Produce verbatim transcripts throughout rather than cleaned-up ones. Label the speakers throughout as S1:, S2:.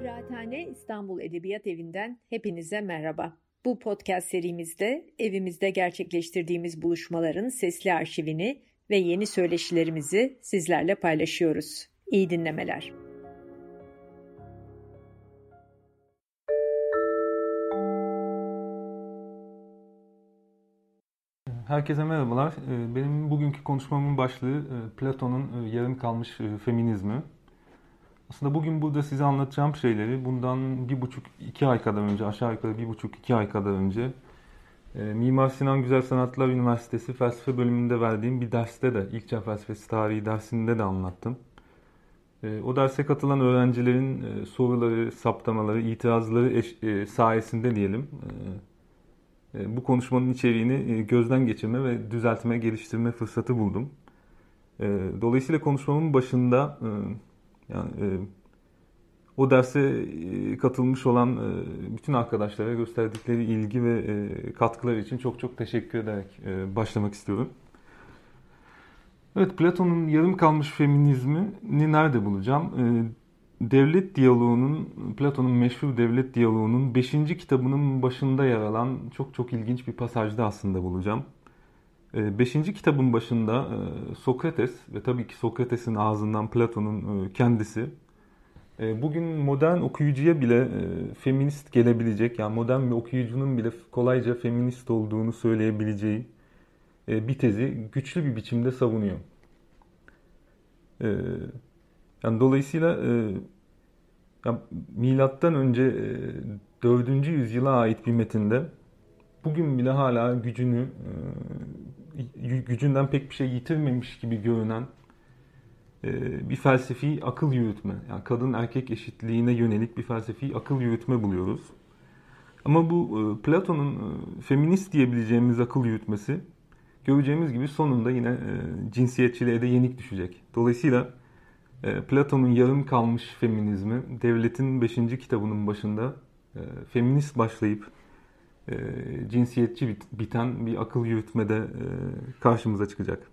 S1: Kıraathane İstanbul Edebiyat Evi'nden hepinize merhaba. Bu podcast serimizde evimizde gerçekleştirdiğimiz buluşmaların sesli arşivini ve yeni söyleşilerimizi sizlerle paylaşıyoruz. İyi dinlemeler.
S2: Herkese merhabalar. Benim bugünkü konuşmamın başlığı Platon'un yarım kalmış feminizmi. Aslında bugün burada size anlatacağım şeyleri bundan bir buçuk iki ay kadar önce, aşağı yukarı bir buçuk iki ay kadar önce Mimar Sinan Güzel Sanatlar Üniversitesi felsefe bölümünde verdiğim bir derste de, İlkçağ Felsefesi Tarihi dersinde de anlattım. O derse katılan öğrencilerin soruları, saptamaları, itirazları eş, sayesinde diyelim bu konuşmanın içeriğini gözden geçirme ve düzeltme, geliştirme fırsatı buldum. Dolayısıyla konuşmamın başında yani o derse katılmış olan bütün arkadaşlara gösterdikleri ilgi ve katkıları için çok çok teşekkür ederek başlamak istiyorum. Evet, Platon'un yarım kalmış feminizmini nerede bulacağım? Devlet Diyaloğu'nun, Platon'un meşhur Devlet Diyaloğu'nun beşinci kitabının başında yer alan çok çok ilginç bir pasajda aslında bulacağım. beşinci kitabın başında Sokrates ve tabii ki Sokrates'in ağzından Platon'un kendisi bugün modern okuyucuya bile feminist gelebilecek, yani modern bir okuyucunun bile kolayca feminist olduğunu söyleyebileceği bir tezi güçlü bir biçimde savunuyor. Yani dolayısıyla yani milattan önce dördüncü yüzyıla ait bir metinde bugün bile hala gücünü gücünden pek bir şey yitirmemiş gibi görünen bir felsefi akıl yürütme, yani kadın erkek eşitliğine yönelik bir felsefi akıl yürütme buluyoruz. Ama bu Platon'un feminist diyebileceğimiz akıl yürütmesi göreceğimiz gibi sonunda yine cinsiyetçiliğe de yenik düşecek. Dolayısıyla Platon'un yarım kalmış feminizmi Devlet'in beşinci kitabının başında feminist başlayıp cinsiyetçi biten bir akıl yürütmede karşımıza çıkacak.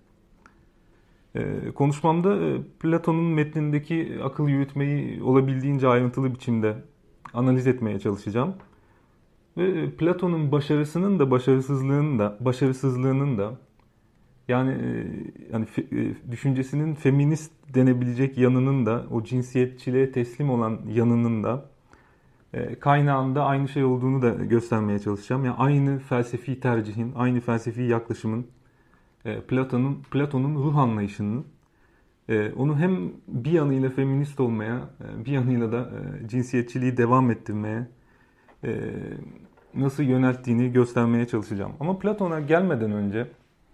S2: Konuşmamda Platon'un metnindeki akıl yürütmeyi olabildiğince ayrıntılı biçimde analiz etmeye çalışacağım. Ve Platon'un başarısının da başarısızlığının da başarısızlığının da yani yani düşüncesinin feminist denebilecek yanının da o cinsiyetçiliğe teslim olan yanının da kaynağında aynı şey olduğunu da göstermeye çalışacağım. Yani aynı felsefi tercihin, aynı felsefi yaklaşımın Platon'un Platon'un ruh anlayışının onu hem bir yanıyla feminist olmaya, bir yanıyla da cinsiyetçiliği devam ettirmeye nasıl yönelttiğini göstermeye çalışacağım. Ama Platon'a gelmeden önce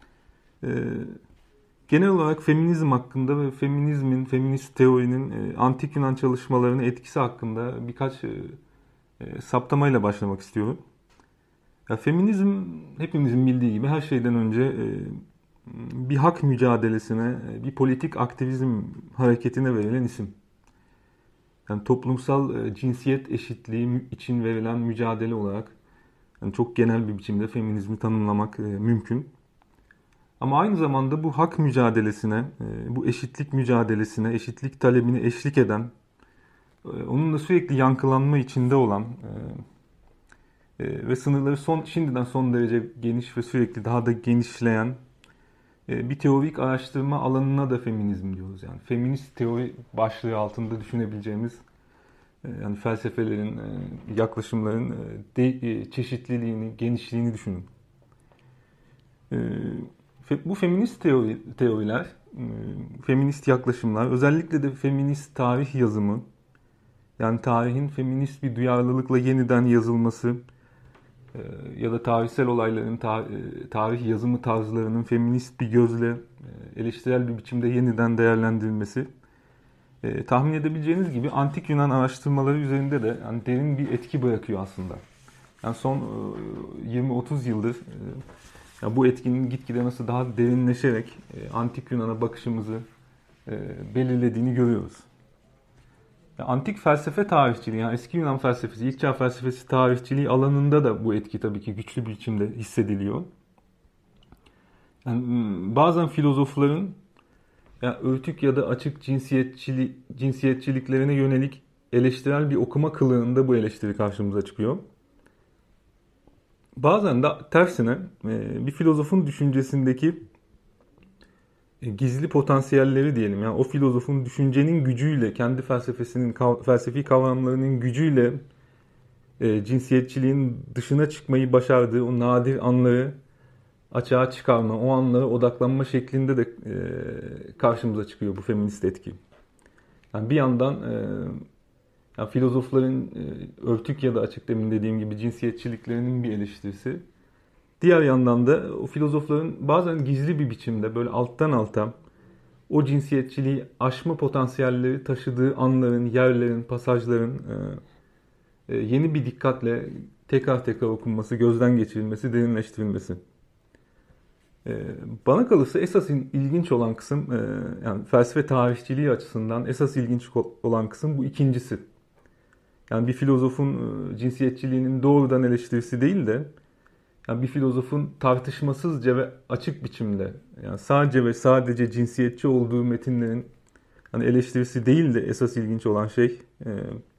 S2: genel olarak feminizm hakkında ve feminizmin, feminist teorinin antik Yunan çalışmalarının etkisi hakkında birkaç saptamayla başlamak istiyorum. Ya, feminizm hepimizin bildiği gibi her şeyden önce bir hak mücadelesine, bir politik aktivizm hareketine verilen isim. Yani toplumsal cinsiyet eşitliği için verilen mücadele olarak yani çok genel bir biçimde feminizmi tanımlamak mümkün. Ama aynı zamanda bu hak mücadelesine, bu eşitlik mücadelesine, eşitlik talebini eşlik eden, onunla sürekli yankılanma içinde olan ve sınırları son şimdiden son derece geniş ve sürekli daha da genişleyen bir teorik araştırma alanına da feminizm diyoruz. Yani feminist teori başlığı altında düşünebileceğimiz yani felsefelerin, yaklaşımların çeşitliliğini, genişliğini düşünün. Bu feminist teori, teoriler, feminist yaklaşımlar, özellikle de feminist tarih yazımı, yani tarihin feminist bir duyarlılıkla yeniden yazılması ya da tarihsel olayların, tarih yazımı tarzlarının feminist bir gözle, eleştirel bir biçimde yeniden değerlendirilmesi, tahmin edebileceğiniz gibi antik Yunan araştırmaları üzerinde de yani derin bir etki bırakıyor aslında. Yani son yirmi otuz yıldır ya bu etkinin gitgide nasıl daha derinleşerek antik Yunan'a bakışımızı belirlediğini görüyoruz. Antik felsefe tarihçiliği, yani eski Yunan felsefesi, ilkçağ felsefesi tarihçiliği alanında da bu etki tabii ki güçlü bir biçimde hissediliyor. Yani bazen filozofların yani örtük ya da açık cinsiyetçilik, cinsiyetçiliklerine yönelik eleştirel bir okuma kılığında bu eleştiri karşımıza çıkıyor. Bazen de tersine bir filozofun düşüncesindeki gizli potansiyelleri diyelim, yani o filozofun düşüncenin gücüyle, kendi felsefesinin, felsefi kavramlarının gücüyle e, cinsiyetçiliğin dışına çıkmayı başardığı o nadir anları açığa çıkarma, o anlara odaklanma şeklinde de e, karşımıza çıkıyor bu feminist etki. Yani bir yandan e, yani filozofların e, örtük ya da açık, demin dediğim gibi cinsiyetçiliklerinin bir eleştirisi. Diğer yandan da o filozofların bazen gizli bir biçimde böyle alttan alta o cinsiyetçiliği aşma potansiyelleri taşıdığı anların, yerlerin, pasajların e, e, yeni bir dikkatle tekrar tekrar okunması, gözden geçirilmesi, derinleştirilmesi. E, bana kalırsa esas ilginç olan kısım, e, yani felsefe tarihçiliği açısından esas ilginç olan kısım bu ikincisi. Yani bir filozofun e, cinsiyetçiliğinin doğrudan eleştirisi değil de yani bir filozofun tartışmasızca ve açık biçimde, yani sadece ve sadece cinsiyetçi olduğu metinlerin hani eleştirisi değil de esas ilginç olan şey e,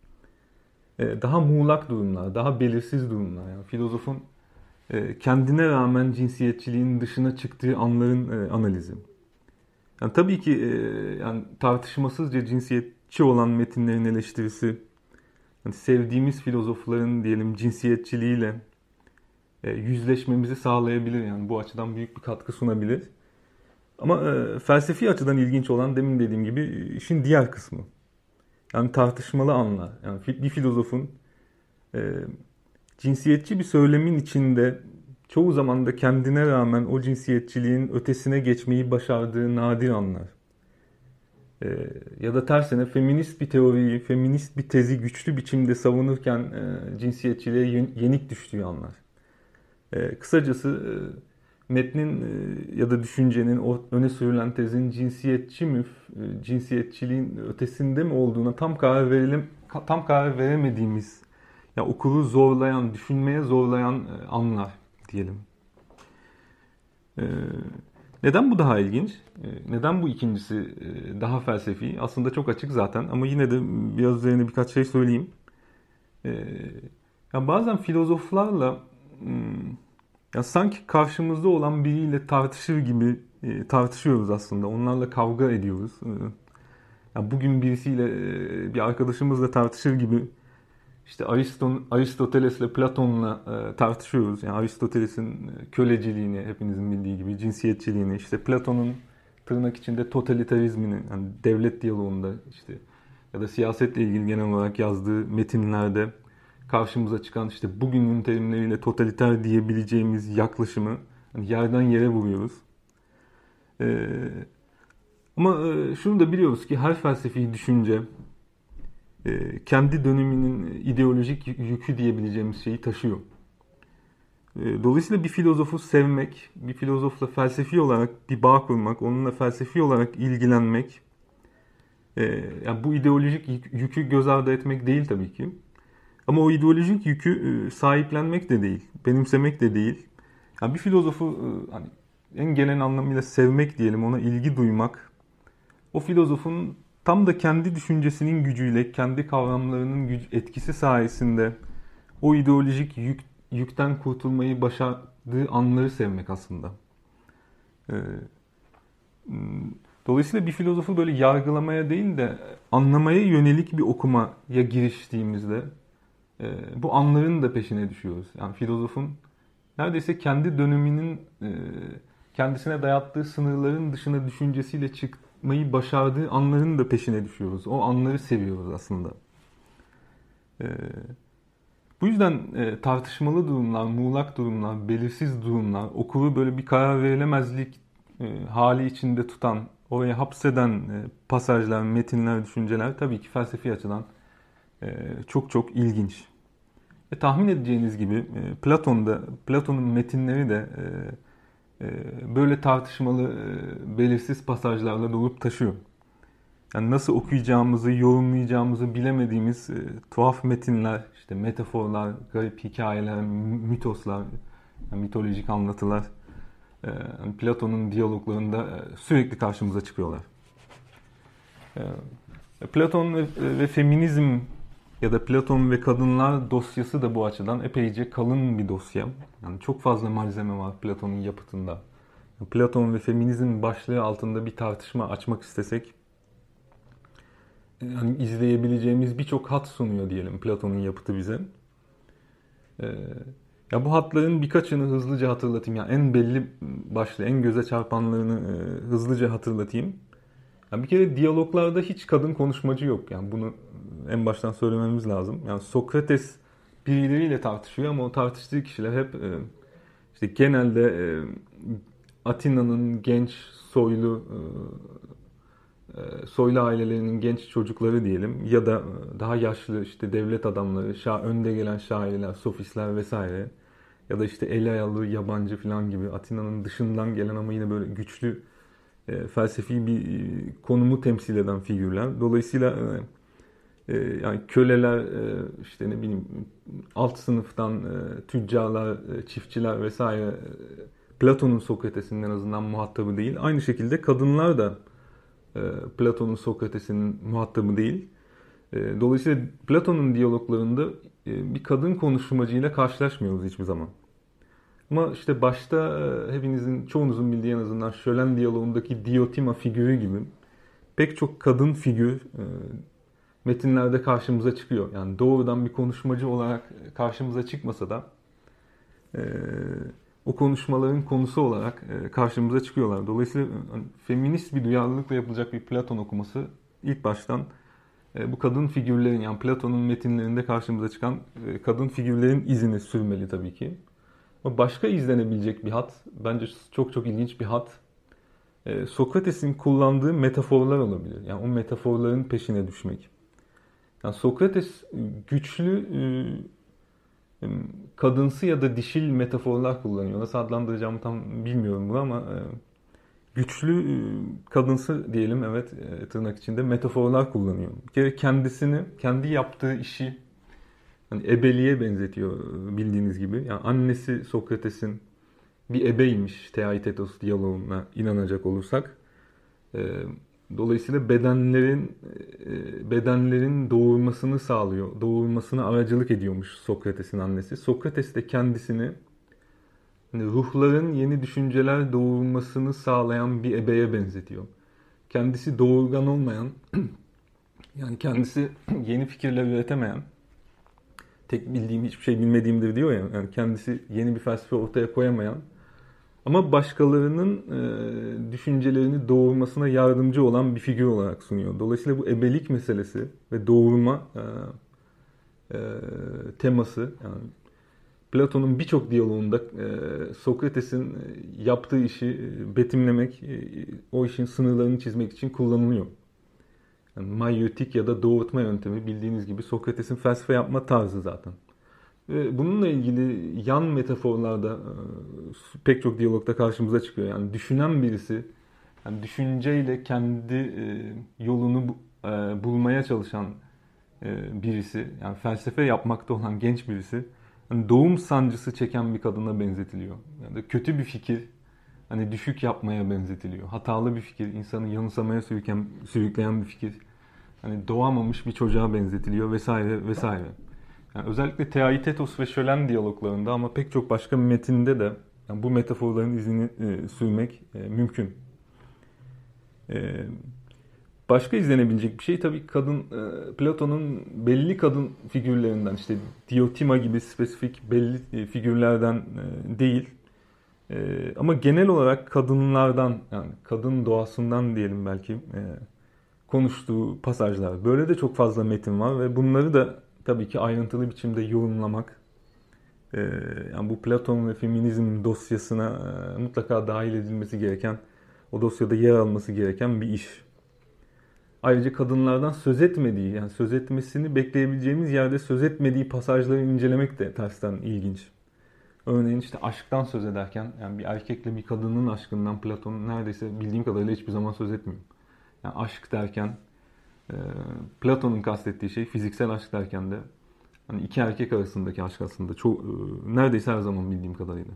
S2: e, daha muğlak durumlar, daha belirsiz durumlar. Yani filozofun e, kendine rağmen cinsiyetçiliğin dışına çıktığı anların e, analizi. Yani tabii ki e, yani tartışmasızca cinsiyetçi olan metinlerin eleştirisi, yani sevdiğimiz filozofların diyelim cinsiyetçiliğiyle yüzleşmemizi sağlayabilir, yani bu açıdan büyük bir katkı sunabilir. Ama e, felsefi açıdan ilginç olan, demin dediğim gibi, işin diğer kısmı. Yani tartışmalı anlar. Yani bir filozofun e, cinsiyetçi bir söylemin içinde çoğu zaman da kendine rağmen o cinsiyetçiliğin ötesine geçmeyi başardığı nadir anlar. E, ya da tersine feminist bir teoriyi, feminist bir tezi güçlü biçimde savunurken e, cinsiyetçiliğe yenik düştüğü anlar. E, kısacası e, metnin e, ya da düşüncenin, o öne sürülen tezin cinsiyetçi mi, e, cinsiyetçiliğin ötesinde mi olduğuna tam karar verelim, tam karar veremediğimiz, ya okuru zorlayan, düşünmeye zorlayan e, anlar diyelim. E, neden bu daha ilginç? E, neden bu ikincisi e, daha felsefi? Aslında çok açık zaten, ama yine de biraz üzerine birkaç şey söyleyeyim. E, ya bazen filozoflarla ya sanki karşımızda olan biriyle tartışır gibi e, tartışıyoruz aslında. Onlarla kavga ediyoruz. E, ya bugün birisiyle, e, bir arkadaşımızla tartışır gibi işte Ariston, Aristoteles'le Platon'la e, tartışıyoruz. Yani Aristoteles'in köleciliğini, hepinizin bildiği gibi cinsiyetçiliğini, işte Platon'un tırnak içinde totalitarizmini, yani devlet diyaloğunda işte ya da siyasetle ilgili genel olarak yazdığı metinlerde karşımıza çıkan işte bugünün terimleriyle totaliter diyebileceğimiz yaklaşımı hani yerden yere vuruyoruz. Ee, ama e, şunu da biliyoruz ki her felsefi düşünce e, kendi döneminin ideolojik yükü diyebileceğimiz şeyi taşıyor. E, dolayısıyla bir filozofu sevmek, bir filozofla felsefi olarak bir bağ kurmak, onunla felsefi olarak ilgilenmek, e, yani bu ideolojik yükü göz ardı etmek değil tabii ki. Ama o ideolojik yükü sahiplenmek de değil, benimsemek de değil. Yani bir filozofu hani en gelen anlamıyla sevmek diyelim, ona ilgi duymak, o filozofun tam da kendi düşüncesinin gücüyle, kendi kavramlarının güc- etkisi sayesinde o ideolojik yük, yükten kurtulmayı başardığı anları sevmek aslında. Dolayısıyla bir filozofu böyle yargılamaya değil de anlamaya yönelik bir okumaya giriştiğimizde bu anların da peşine düşüyoruz. Yani filozofun neredeyse kendi döneminin kendisine dayattığı sınırların dışına düşüncesiyle çıkmayı başardığı anların da peşine düşüyoruz. O anları seviyoruz aslında. Bu yüzden tartışmalı durumlar, muğlak durumlar, belirsiz durumlar, okuru böyle bir karar verilemezlik hali içinde tutan, oraya hapseden pasajlar, metinler, düşünceler tabii ki felsefi açıdan çok çok ilginç. E, tahmin edeceğiniz gibi e, Platon'da, Platon'un metinleri de e, e, böyle tartışmalı, e, belirsiz pasajlarla dolup taşıyor. Yani nasıl okuyacağımızı, yorumlayacağımızı bilemediğimiz e, tuhaf metinler, işte metaforlar, garip hikayeler, mitoslar, yani mitolojik anlatılar, e, yani Platon'un diyaloglarında e, sürekli karşımıza çıkıyorlar. E, Platon ve, ve feminizm ya da Platon ve Kadınlar dosyası da bu açıdan epeyce kalın bir dosya. Yani çok fazla malzeme var Platon'un yapıtında. Platon ve feminizm başlığı altında bir tartışma açmak istesek, yani izleyebileceğimiz birçok hat sunuyor diyelim Platon'un yapıtı bize. Ee, ya bu hatların birkaçını hızlıca hatırlatayım. Yani en belli başlı, en göze çarpanlarını e, hızlıca hatırlatayım. Yani bir kere diyaloglarda hiç kadın konuşmacı yok. Yani bunu en baştan söylememiz lazım. Yani Sokrates birileriyle tartışıyor ama o tartıştığı kişiler hep e, işte genelde e, Atina'nın genç soylu e, soylu ailelerinin genç çocukları diyelim ya da daha yaşlı işte devlet adamları, şa önde gelen şairler, sofistler vesaire ya da işte eli ayalı yabancı falan gibi Atina'nın dışından gelen ama yine böyle güçlü e, felsefi bir konumu temsil eden figürler. Dolayısıyla e, yani köleler, e, işte ne bileyim alt sınıftan e, tüccarlar, e, çiftçiler vesaire e, Platon'un Sokrates'in en azından muhatabı değil. Aynı şekilde kadınlar da e, Platon'un Sokrates'in muhatabı değil. E, dolayısıyla Platon'un diyaloglarında e, bir kadın konuşmacıyla karşılaşmıyoruz hiçbir zaman. Ama işte başta e, hepinizin, çoğunuzun bildiği en azından Şölen diyaloğundaki Diotima figürü gibi pek çok kadın figür e, metinlerde karşımıza çıkıyor. Yani doğrudan bir konuşmacı olarak karşımıza çıkmasa da e, o konuşmaların konusu olarak e, karşımıza çıkıyorlar. Dolayısıyla hani, feminist bir duyarlılıkla yapılacak bir Platon okuması ilk baştan e, bu kadın figürlerin, yani Platon'un metinlerinde karşımıza çıkan e, kadın figürlerin izini sürmeli tabii ki. Ama başka izlenebilecek bir hat, bence çok çok ilginç bir hat, e, Sokrates'in kullandığı metaforlar olabilir. Yani o metaforların peşine düşmek. Yani Sokrates güçlü e, kadınsı ya da dişil metaforlar kullanıyor. Nasıl adlandıracağımı tam bilmiyorum bunu ama e, güçlü e, kadınsı diyelim, evet, e, tırnak içinde metaforlar kullanıyor. Bir kere kendisini, kendi yaptığı işi hani ebeliğe benzetiyor bildiğiniz gibi. Yani annesi Sokrates'in bir ebeymiş Theaitetos diyaloğuna inanacak olursak. E, Dolayısıyla bedenlerin e, bedenlerin doğurmasını sağlıyor. Doğurmasına aracılık ediyormuş Sokrates'in annesi. Sokrates de kendisini hani ruhların yeni düşünceler doğurmasını sağlayan bir ebeye benzetiyor. Kendisi doğurgan olmayan, yani kendisi yeni fikirler üretemeyen, tek bildiğim hiçbir şey bilmediğimdir diyor ya. Yani kendisi yeni bir felsefe ortaya koyamayan ama başkalarının e, düşüncelerini doğurmasına yardımcı olan bir figür olarak sunuyor. Dolayısıyla bu ebelik meselesi ve doğurma e, e, teması, yani Platon'un birçok diyaloğunda e, Sokrates'in yaptığı işi betimlemek, e, o işin sınırlarını çizmek için kullanılıyor. Yani maiotik ya da doğurtma yöntemi bildiğiniz gibi Sokrates'in felsefe yapma tarzı zaten. Bununla ilgili yan metaforlarda pek çok diyalogda karşımıza çıkıyor. Yani düşünen birisi, yani düşünceyle kendi yolunu bulmaya çalışan birisi, yani felsefe yapmakta olan genç birisi, yani doğum sancısı çeken bir kadına benzetiliyor. Yani kötü bir fikir, hani düşük yapmaya benzetiliyor. Hatalı bir fikir, insanı yanılsamaya sürükleyen, sürükleyen bir fikir, hani doğamamış bir çocuğa benzetiliyor vesaire vesaire. Yani özellikle Theaitetos ve Şölen diyaloglarında ama pek çok başka metinde de yani bu metaforların izini e, sürmek e, mümkün. E, başka izlenebilecek bir şey tabii kadın, e, Platon'un belli kadın figürlerinden, işte Diotima gibi spesifik belli e, figürlerden e, değil. E, ama genel olarak kadınlardan, yani kadın doğasından diyelim belki, e, konuştuğu pasajlar. Böyle de çok fazla metin var ve bunları da tabii ki ayrıntılı biçimde yorumlamak, e, yani bu Platon ve feminizm dosyasına e, mutlaka dahil edilmesi gereken, o dosyada yer alması gereken bir iş. Ayrıca kadınlardan söz etmediği, yani söz etmesini bekleyebileceğimiz yerde söz etmediği pasajları incelemek de tersten ilginç. Örneğin işte aşktan söz ederken, yani bir erkekle bir kadının aşkından Platon neredeyse bildiğim kadarıyla hiçbir zaman söz etmiyor. Yani aşk derken, Platon'un kastettiği şey fiziksel aşk derken de hani iki erkek arasındaki aşk aslında çok neredeyse her zaman bildiğim kadarıyla.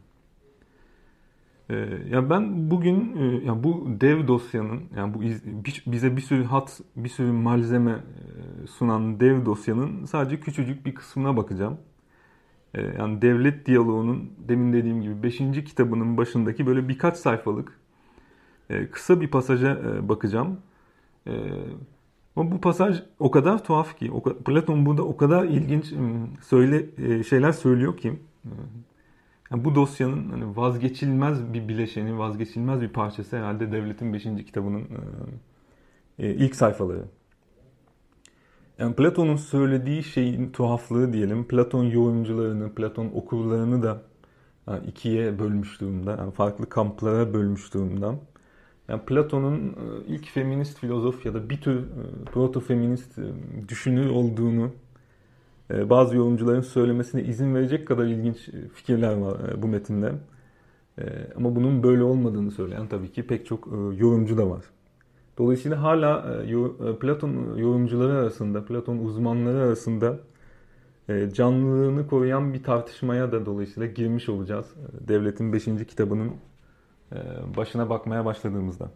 S2: Ya yani ben bugün yani bu dev dosyanın, yani bu bize bir sürü hat, bir sürü malzeme sunan dev dosyanın sadece küçücük bir kısmına bakacağım. Yani devlet diyaloğunun demin dediğim gibi beşinci kitabının başındaki böyle birkaç sayfalık kısa bir pasaja bakacağım. Ama bu pasaj o kadar tuhaf ki, Platon burada o kadar ilginç söyle şeyler söylüyor ki, yani bu dosyanın hani vazgeçilmez bir bileşeni, vazgeçilmez bir parçası herhalde devletin beşinci kitabının ilk sayfaları. Yani Platon'un söylediği şeyin tuhaflığı diyelim, Platon yorumcularını, Platon okurlarını da yani ikiye bölmüş durumda, yani farklı kamplara bölmüş durumda. Yani Platon'un ilk feminist filozof ya da bir tür proto-feminist düşünür olduğunu bazı yorumcuların söylemesine izin verecek kadar ilginç fikirler var bu metinde. Ama bunun böyle olmadığını söyleyen tabii ki pek çok yorumcu da var. Dolayısıyla hala Platon yorumcuları arasında, Platon uzmanları arasında canlılığını koruyan bir tartışmaya da dolayısıyla girmiş olacağız. Devletin beşinci kitabının başına bakmaya başladığımızda.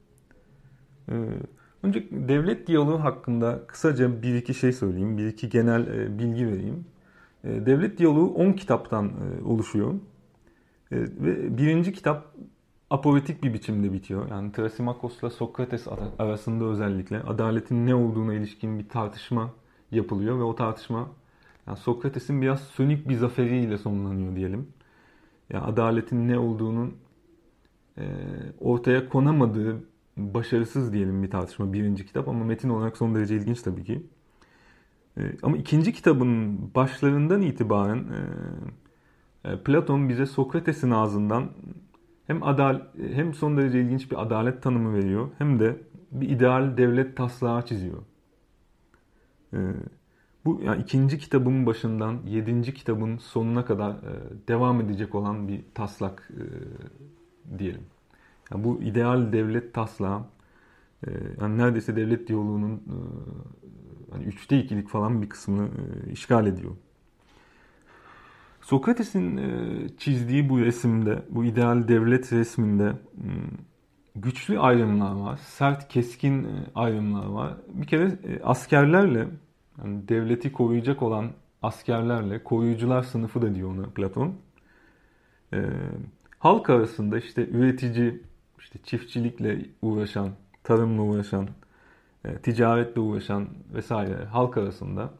S2: Önce devlet diyaloğu hakkında kısaca bir iki şey söyleyeyim, bir iki genel bilgi vereyim. Devlet diyaloğu on kitaptan oluşuyor. Ve birinci kitap aporetik bir biçimde bitiyor. Yani Trasimakos'la Sokrates arasında özellikle adaletin ne olduğuna ilişkin bir tartışma yapılıyor ve o tartışma yani Sokrates'in biraz sönük bir zaferiyle sonlanıyor diyelim. Yani adaletin ne olduğunun e, ortaya konamadığı başarısız diyelim bir tartışma birinci kitap ama metin olarak son derece ilginç tabii ki. E, ama ikinci kitabın başlarından itibaren e, Platon bize Sokrates'in ağzından hem adal hem son derece ilginç bir adalet tanımı veriyor hem de bir ideal devlet taslağı çiziyor. Ee, bu yani ikinci kitabın başından yedinci kitabın sonuna kadar e, devam edecek olan bir taslak e, diyelim. Yani bu ideal devlet taslağı e, yani neredeyse devlet diyaloğunun e, hani üçte ikilik falan bir kısmını e, işgal ediyor. Sokrates'in çizdiği bu resimde, bu ideal devlet resminde güçlü ayrımlar var, sert, keskin ayrımlar var. Bir kere askerlerle, yani devleti koruyacak olan askerlerle, koruyucular sınıfı da diyor ona Platon. Halk arasında işte üretici, işte çiftçilikle uğraşan, tarımla uğraşan, ticaretle uğraşan vesaire halk arasında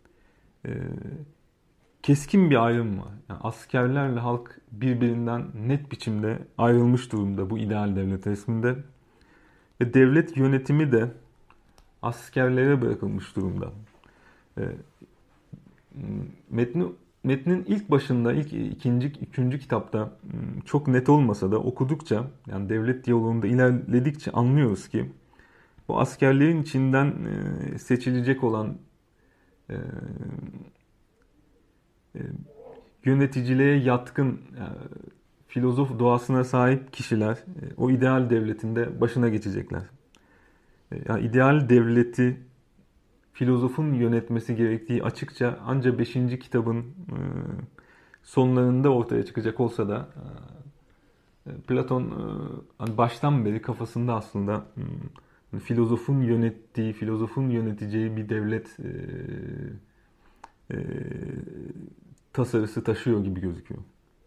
S2: keskin bir ayrım var. Yani askerlerle halk birbirinden net biçimde ayrılmış durumda bu ideal devlet resminde. Ve devlet yönetimi de askerlere bırakılmış durumda. E, metni, metnin ilk başında, ilk ikinci, üçüncü kitapta çok net olmasa da okudukça, yani devlet diyaloğunda ilerledikçe anlıyoruz ki bu askerlerin içinden seçilecek olan e, yöneticiliğe yatkın, yani filozof doğasına sahip kişiler o ideal devletinde başına geçecekler. Yani ideal devleti filozofun yönetmesi gerektiği açıkça ancak beşinci kitabın sonlarında ortaya çıkacak olsa da Platon baştan beri kafasında aslında filozofun yönettiği, filozofun yöneteceği bir devlet tasarısı taşıyor gibi gözüküyor.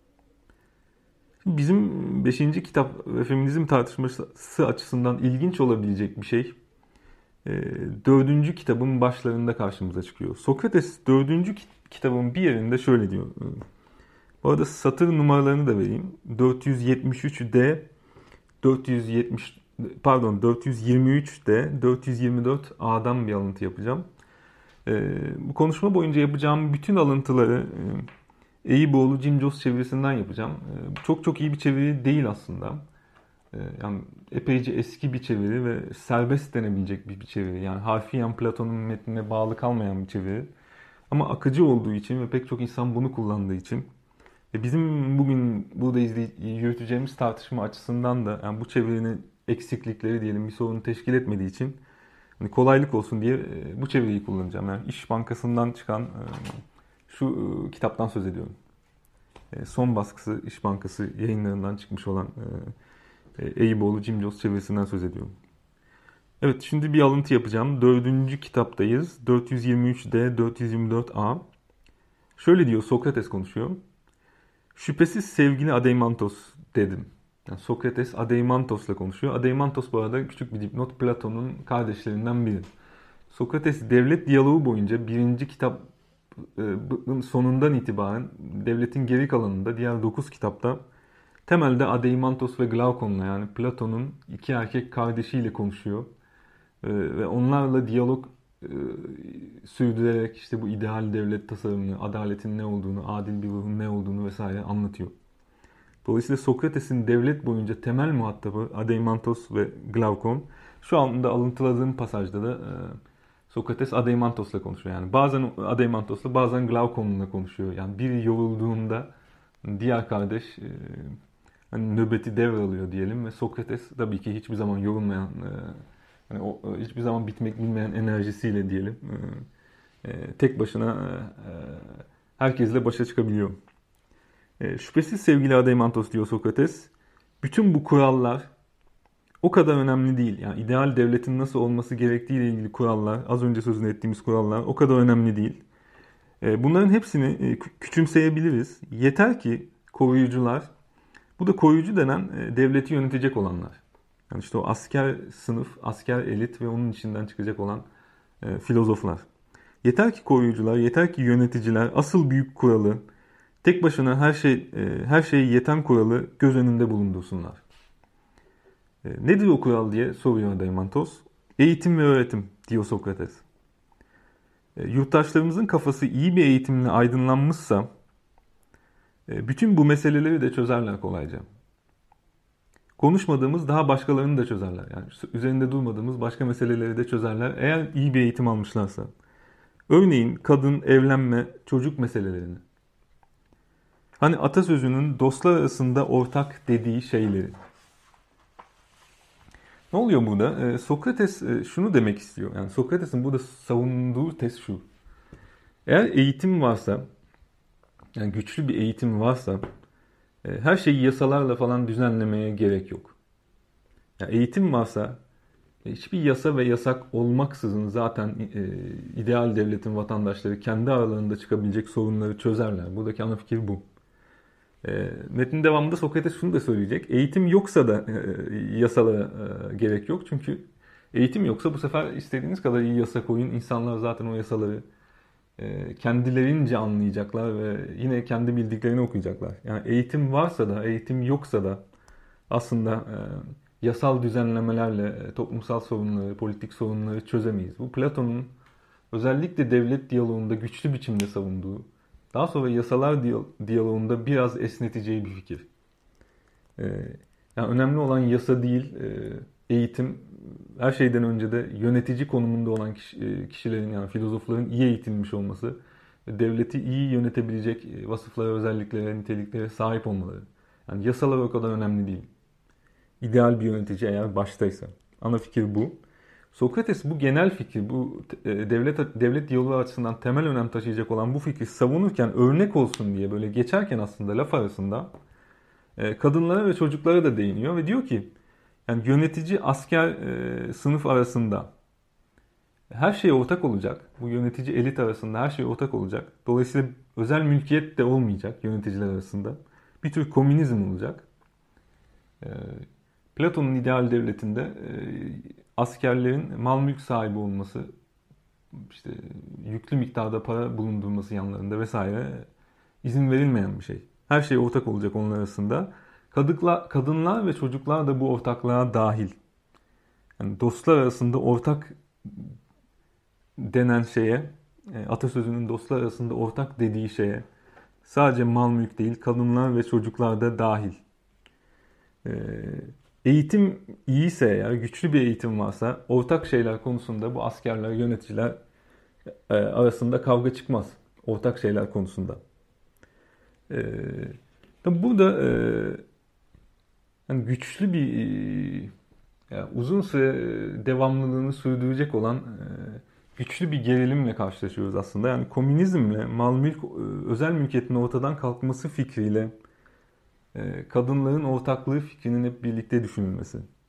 S2: Bizim beşinci kitap ve feminizm tartışması açısından ilginç olabilecek bir şey dördüncü kitabın başlarında karşımıza çıkıyor. Sokrates dördüncü kitabın bir yerinde şöyle diyor. Bu arada satır numaralarını da vereyim. dört yüz yetmiş üç D, dört yüz yetmiş pardon dört yüz yirmi üç D, dört yüz yirmi dört A'dan bir alıntı yapacağım. Ee, bu konuşma boyunca yapacağım bütün alıntıları e, Eyüboğlu Jim Jones çevirisinden yapacağım. E, çok çok iyi bir çeviri değil aslında. E, yani epeyce eski bir çeviri ve serbest denebilecek bir, bir çeviri. Yani harfiyen Platon'un metnine bağlı kalmayan bir çeviri. Ama akıcı olduğu için ve pek çok insan bunu kullandığı için ve bizim bugün burada yürüteceğimiz tartışma açısından da yani bu çevirinin eksiklikleri diyelim bir sorun teşkil etmediği için hani kolaylık olsun diye bu çeviriyi kullanacağım. Yani İş Bankası'ndan çıkan şu kitaptan söz ediyorum. Son baskısı İş Bankası yayınlarından çıkmış olan Eyüboğlu Jim Jones çevirisinden söz ediyorum. Evet, şimdi bir alıntı yapacağım. Dördüncü kitaptayız. dört yüz yirmi üç D, dört yüz yirmi dört A. Şöyle diyor, Sokrates konuşuyor. Şüphesiz sevgili Adeimantos dedim. Yani Sokrates Adeimantos'la konuşuyor. Adeimantos bu arada küçük bir dipnot, Platon'un kardeşlerinden biri. Sokrates devlet diyaloğu boyunca birinci kitabın sonundan itibaren devletin geri kalanında diğer dokuz kitapta temelde Adeimantos ve Glaukon'la, yani Platon'un iki erkek kardeşiyle konuşuyor. Ve onlarla diyalog sürdürerek işte bu ideal devlet tasarımını, adaletin ne olduğunu, adil bir ruhun ne olduğunu vesaire anlatıyor. Dolayısıyla Sokrates'in devlet boyunca temel muhatabı Adeimantos ve Glaukon. Şu anda alıntıladığım pasajda da Sokrates Adeimantos'la konuşuyor. Yani bazen Adeimantos'la, bazen Glaukon'la konuşuyor. Yani biri yorulduğunda diğer kardeş hani nöbeti devralıyor diyelim ve Sokrates tabii ki hiçbir zaman yorulmayan, hani o hiçbir zaman bitmek bilmeyen enerjisiyle diyelim tek başına herkesle başa çıkabiliyor. Şüphesiz sevgili Adeimantos, diyor Sokrates, bütün bu kurallar o kadar önemli değil. Yani ideal devletin nasıl olması gerektiği ile ilgili kurallar, az önce sözünü ettiğimiz kurallar o kadar önemli değil. Bunların hepsini küçümseyebiliriz. Yeter ki koruyucular, bu da koruyucu denen devleti yönetecek olanlar. Yani işte o asker sınıf, asker elit ve onun içinden çıkacak olan filozoflar. Yeter ki koruyucular, yeter ki yöneticiler asıl büyük kuralı, tek başına her şey her şeye yeten kuralı göz önünde bulundursunlar. Nedir o kural diye soruyor Adeimantos. Eğitim ve öğretim, diyor Sokrates. Yurttaşlarımızın kafası iyi bir eğitimle aydınlanmışsa bütün bu meseleleri de çözerler kolayca. Konuşmadığımız daha başkalarını da çözerler. Yani üzerinde durmadığımız başka meseleleri de çözerler eğer iyi bir eğitim almışlarsa. Örneğin kadın, evlenme, çocuk meselelerini. Hani atasözünün dostlar arasında ortak dediği şeyleri. Ne oluyor burada? Ee, Sokrates e, şunu demek istiyor. Yani Sokrates'in burada savunduğu tez şu. Eğer eğitim varsa, yani güçlü bir eğitim varsa, e, her şeyi yasalarla falan düzenlemeye gerek yok. Yani eğitim varsa, e, hiçbir yasa ve yasak olmaksızın zaten e, ideal devletin vatandaşları kendi aralarında çıkabilecek sorunları çözerler. Buradaki ana fikir bu. E, metnin devamında Sokrates şunu da söyleyecek. Eğitim yoksa da e, yasalara e, gerek yok. Çünkü eğitim yoksa bu sefer istediğiniz kadar iyi yasa koyun. İnsanlar zaten o yasaları e, kendilerince anlayacaklar ve yine kendi bildiklerini okuyacaklar. Yani eğitim varsa da, eğitim yoksa da aslında e, yasal düzenlemelerle e, toplumsal sorunları, politik sorunları çözemeyiz. Bu Platon'un özellikle devlet diyaloğunda güçlü biçimde savunduğu, daha sonra yasalar diyaloğunda biraz esneteceği bir fikir. Ee, yani önemli olan yasa değil, eğitim. Her şeyden önce de yönetici konumunda olan kişilerin, yani filozofların iyi eğitilmiş olması, devleti iyi yönetebilecek vasıflara, özelliklere, niteliklere sahip olmaları. Yani yasalar o kadar önemli değil. İdeal bir yönetici eğer baştaysa. Ana fikir bu. Sokrates bu genel fikri, bu devlet devlet diyaloğu açısından temel önem taşıyacak olan bu fikri savunurken örnek olsun diye böyle geçerken aslında laf arasında kadınlara ve çocuklara da değiniyor ve diyor ki yani yönetici asker sınıf arasında her şey ortak olacak. Bu yönetici elit arasında her şey ortak olacak. Dolayısıyla özel mülkiyet de olmayacak yöneticiler arasında. Bir tür komünizm olacak. Platon'un ideal devletinde askerlerin mal mülk sahibi olması, işte yüklü miktarda para bulundurması yanlarında vesaire izin verilmeyen bir şey. Her şey ortak olacak onlar arasında. Kadınlar ve çocuklar da bu ortaklığa dahil. Yani dostlar arasında ortak denen şeye, atasözünün dostlar arasında ortak dediği şeye sadece mal mülk değil, kadınlar ve çocuklar da dahil. Eğitim iyiyse, eğer güçlü bir eğitim varsa ortak şeyler konusunda bu askerler, yöneticiler arasında kavga çıkmaz. Ortak şeyler konusunda. Tabi burada yani güçlü bir, yani uzun süre devamlılığını sürdürecek olan güçlü bir gerilimle karşılaşıyoruz aslında. Yani komünizmle mal mülk, özel mülkiyetin ortadan kalkması fikriyle kadınların ortaklığı fikrinin hep birlikte düşünülmesi.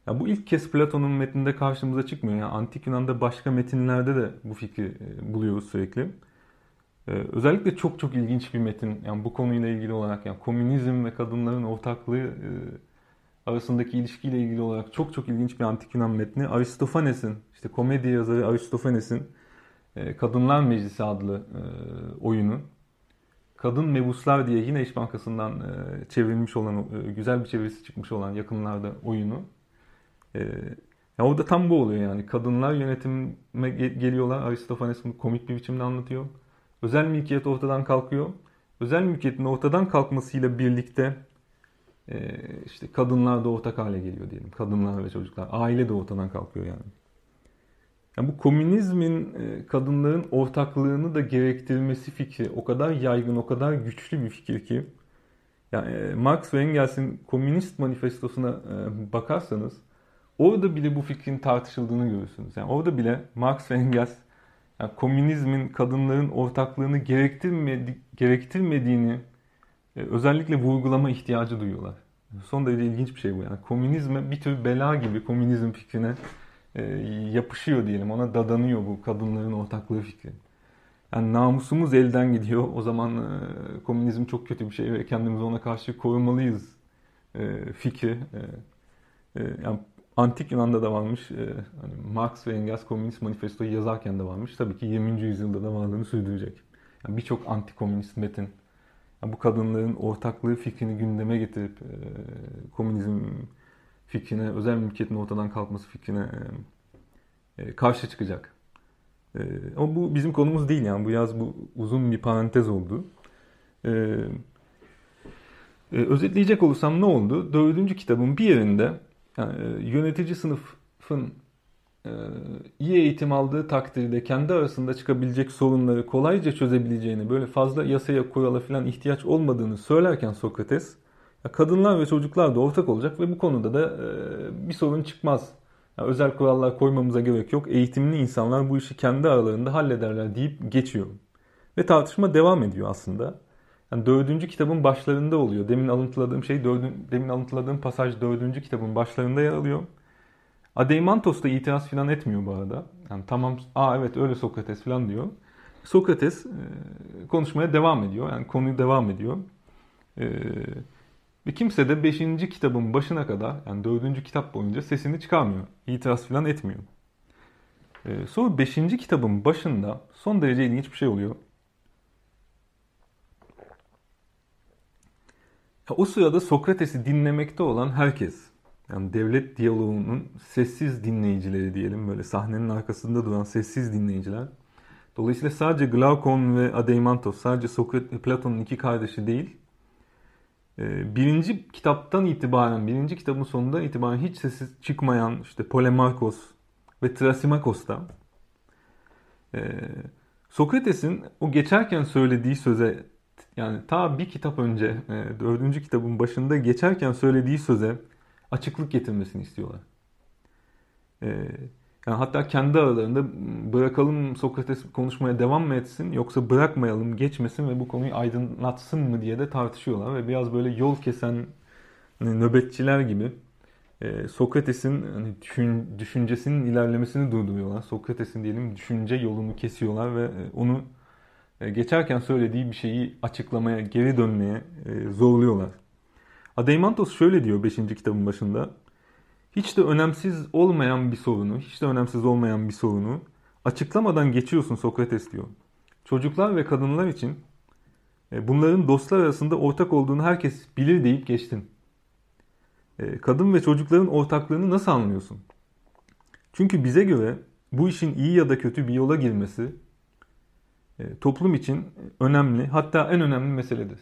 S2: Ya bu ilk kez Platon'un metninde karşımıza çıkmıyor. Yani Antik Yunan'da başka metinlerde de bu fikri e, buluyoruz sürekli. Ee, özellikle çok çok ilginç bir metin. Yani bu konuyla ilgili olarak, yani komünizm ve kadınların ortaklığı e, arasındaki ilişkiyle ilgili olarak çok çok ilginç bir Antik Yunan metni. Aristofanes'in, işte komedi yazarı Aristofanes'in e, Kadınlar Meclisi adlı e, oyunu. Kadın Mebuslar diye yine İş Bankası'ndan e, çevrilmiş olan, e, güzel bir çevirisi çıkmış olan yakınlarda oyunu. E, ya orada tam bu oluyor yani. Kadınlar yönetime ge- geliyorlar. Aristofanes bunu komik bir biçimde anlatıyor. Özel mülkiyet ortadan kalkıyor. Özel mülkiyetin ortadan kalkmasıyla birlikte e, işte kadınlar da ortak hale geliyor diyelim. Kadınlar ve çocuklar. Aile de ortadan kalkıyor yani. Yani bu komünizmin e, kadınların ortaklığını da gerektirmesi fikri o kadar yaygın, o kadar güçlü bir fikir ki. Yani e, Marx ve Engels'in Komünist Manifestosuna e, bakarsanız orada bile bu fikrin tartışıldığını görürsünüz. Yani orada bile Marx ve Engels, yani komünizmin kadınların ortaklığını gerektirmedi, gerektirmediğini e, özellikle vurgulama ihtiyacı duyuyorlar. Son derece ilginç bir şey bu yani. Komünizme bir tür bela gibi komünizm fikrine e, yapışıyor diyelim. Ona dadanıyor bu kadınların ortaklığı fikri. Yani namusumuz elden gidiyor. O zaman e, komünizm çok kötü bir şey ve kendimizi ona karşı korumalıyız e, fikri. E, e, yani Antik Yunan'da da varmış. E, hani Marx ve Engels Komünist Manifesto'yu yazarken de varmış. Tabii ki yirminci yüzyılda da varlığını sürdürecek. Yani birçok anti-komünist metin, yani bu kadınların ortaklığı fikrini gündeme getirip e, komünizm fikrine, özel mülkiyetin ortadan kalkması fikrine e, e, karşı çıkacak. E, ama bu bizim konumuz değil yani. Bu yaz bu uzun bir parantez oldu. E, e, özetleyecek olursam ne oldu? Dördüncü kitabın bir yerinde yani, e, yönetici sınıfın e, iyi eğitim aldığı takdirde kendi arasında çıkabilecek sorunları kolayca çözebileceğini, böyle fazla yasaya, kurala falan ihtiyaç olmadığını söylerken Sokrates, ya kadınlar ve çocuklar da ortak olacak ve bu konuda da e, bir sorun çıkmaz. Ya özel kurallar koymamıza gerek yok. Eğitimli insanlar bu işi kendi aralarında hallederler deyip geçiyor. Ve tartışma devam ediyor aslında. Yani dördüncü kitabın başlarında oluyor. Demin alıntıladığım şey, dördün, demin alıntıladığım pasaj dördüncü kitabın başlarında yer alıyor. Adeimantos da itiraz falan etmiyor bu arada. Yani tamam, aa evet öyle Sokrates falan diyor. Sokrates e, konuşmaya devam ediyor. Yani konuyu devam ediyor. E, ve kimse de beşinci kitabın başına kadar, yani dördüncü kitap boyunca sesini çıkarmıyor. İtiraz falan etmiyor. E, sonra beşinci kitabın başında son derece ilginç bir şey oluyor. Ya, o sırada Sokrates'i dinlemekte olan herkes, yani devlet diyaloğunun sessiz dinleyicileri diyelim, böyle sahnenin arkasında duran sessiz dinleyiciler. Dolayısıyla sadece Glaukon ve Adeimantos, sadece Sokrates, Platon'un iki kardeşi değil, birinci kitaptan itibaren, birinci kitabın sonundan itibaren hiç sessiz çıkmayan işte Polemarkos ve Trasimakos da Sokrates'in o geçerken söylediği söze, yani ta bir kitap önce, dördüncü kitabın başında geçerken söylediği söze açıklık getirmesini istiyorlar. Yani hatta kendi aralarında bırakalım Sokrates konuşmaya devam mı etsin yoksa bırakmayalım, geçmesin ve bu konuyu aydınlatsın mı diye de tartışıyorlar ve biraz böyle yol kesen hani nöbetçiler gibi Sokrates'in hani düşün, düşüncesinin ilerlemesini durduruyorlar. Sokrates'in diyelim düşünce yolunu kesiyorlar ve onu geçerken söylediği bir şeyi açıklamaya, geri dönmeye zorluyorlar. Adeimantos şöyle diyor beşinci kitabın başında. Hiç de önemsiz olmayan bir sorunu, hiç de önemsiz olmayan bir sorunu açıklamadan geçiyorsun Sokrates diyor. Çocuklar ve kadınlar için bunların dostlar arasında ortak olduğunu herkes bilir deyip geçtin. Kadın ve çocukların ortaklığını nasıl anlıyorsun? Çünkü bize göre bu işin iyi ya da kötü bir yola girmesi toplum için önemli, hatta en önemli meseledir.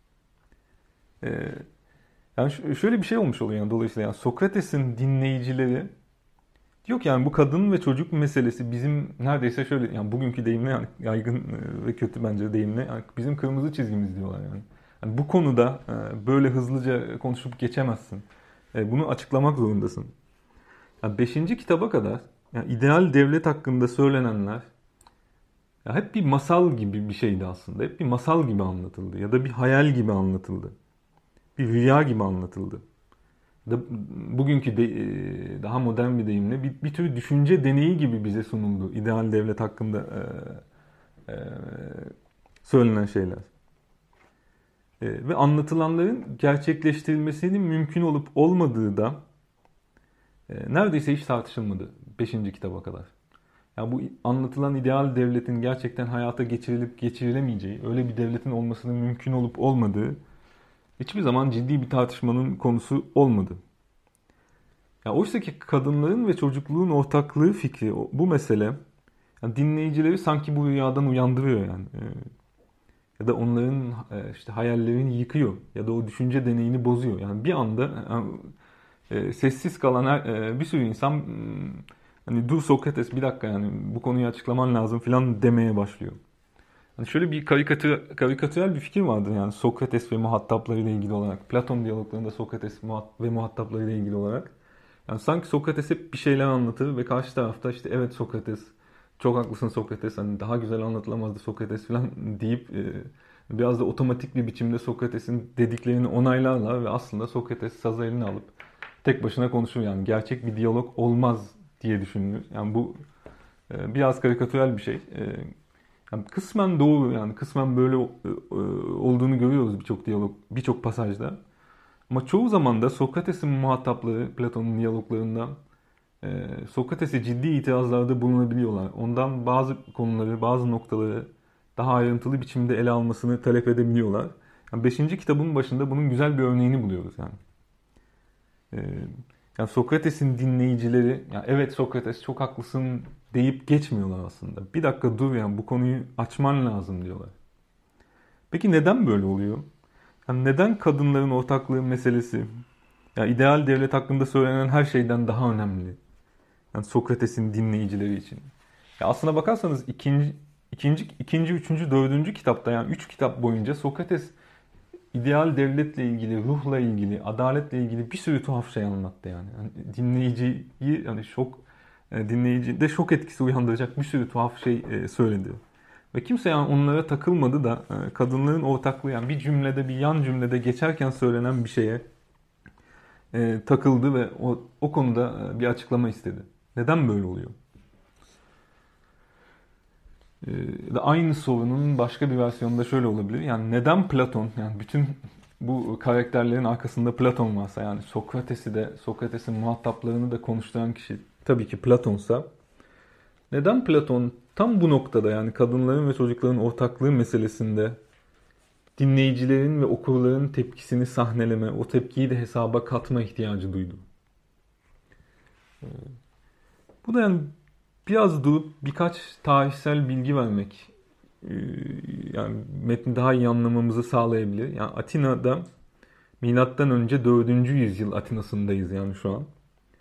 S2: Yani şöyle bir şey olmuş oluyor yani dolayısıyla yani Sokrates'in dinleyicileri diyor ki yani bu kadın ve çocuk meselesi bizim neredeyse şöyle, yani bugünkü deyimle, yani yaygın ve kötü bence deyimle, yani bizim kırmızı çizgimiz diyorlar yani. Yani bu konuda böyle hızlıca konuşup geçemezsin. Bunu açıklamak zorundasın. Yani beşinci kitaba kadar yani ideal devlet hakkında söylenenler ya hep bir masal gibi bir şeydi aslında. Hep bir masal gibi anlatıldı ya da bir hayal gibi anlatıldı. Bir rüya gibi anlatıldı. da, bugünkü de, daha modern bir deyimle bir, bir tür düşünce deneyi gibi bize sunuldu. İdeal devlet hakkında e, e, söylenen şeyler. E, ve anlatılanların gerçekleştirilmesinin mümkün olup olmadığı da e, neredeyse hiç tartışılmadı beşinci kitaba kadar. Yani bu anlatılan ideal devletin gerçekten hayata geçirilip geçirilemeyeceği, öyle bir devletin olmasının mümkün olup olmadığı hiçbir zaman ciddi bir tartışmanın konusu olmadı. Ya oysa ki kadınların ve çocukluğun ortaklığı fikri, bu mesele yani dinleyicileri sanki bu rüyadan uyandırıyor yani. Ee, ya da onların e, işte hayallerini yıkıyor ya da o düşünce deneyini bozuyor. Yani bir anda e, sessiz kalan her, e, bir sürü insan hmm, hani dur Sokrates bir dakika yani bu konuyu açıklaman lazım falan demeye başlıyor. Hani şöyle bir karikatür, karikatürel bir fikir vardır yani Sokrates ve muhataplarıyla ilgili olarak. Platon diyaloglarında Sokrates ve muhataplarıyla ilgili olarak. Yani sanki Sokrates hep bir şeyler anlatır ve karşı tarafta işte evet Sokrates, çok haklısın Sokrates, hani daha güzel anlatılamazdı Sokrates falan deyip e, biraz da otomatik bir biçimde Sokrates'in dediklerini onaylarlar ve aslında Sokrates sazı eline alıp tek başına konuşur yani gerçek bir diyalog olmaz diye düşünülür. Yani bu e, biraz karikatürel bir şey. E, yani kısmen doğru yani kısmen böyle e, e, olduğunu görüyoruz birçok diyalog, birçok pasajda. Ama çoğu zaman da Sokrates'in muhatapları Platon'un diyaloglarında e, Sokrates'e ciddi itirazlarda bulunabiliyorlar. Ondan bazı konuları, bazı noktaları daha ayrıntılı biçimde ele almasını talep edebiliyorlar. Yani beşinci kitabın başında bunun güzel bir örneğini buluyoruz yani. E, yani Sokrates'in dinleyicileri, yani evet Sokrates çok haklısın deyip geçmiyorlar aslında. Bir dakika dur yani bu konuyu açman lazım diyorlar. Peki neden böyle oluyor? Yani neden kadınların ortaklığı meselesi, ya ideal devlet hakkında söylenen her şeyden daha önemli? Yani Sokrates'in dinleyicileri için. Ya aslına bakarsanız ikinci, ikinci, ikinci, üçüncü, dördüncü kitapta yani üç kitap boyunca Sokrates ideal devletle ilgili, ruhla ilgili, adaletle ilgili bir sürü tuhaf şey anlattı yani. yani dinleyiciyi yani şok, dinleyici de şok etkisi uyandıracak bir sürü tuhaf şey söyledi. Ve kimse yani onlara takılmadı da kadınların ortaklığı yani bir cümlede, bir yan cümlede geçerken söylenen bir şeye e, takıldı ve o, o konuda bir açıklama istedi. Neden böyle oluyor? E, aynı sorunun başka bir versiyonunda şöyle olabilir. Yani neden Platon, yani bütün bu karakterlerin arkasında Platon varsa, yani Sokrates'i de, Sokrates'in muhataplarını da konuşturan kişi tabii ki Platon'sa, neden Platon tam bu noktada yani kadınların ve çocukların ortaklığı meselesinde dinleyicilerin ve okurların tepkisini sahneleme, o tepkiyi de hesaba katma ihtiyacı duydu? Bu da yani biraz durup birkaç tarihsel bilgi vermek yani metni daha iyi anlamamızı sağlayabilir. Yani Atina'da milattan önce dördüncü yüzyıl Atina'sındayız yani şu an.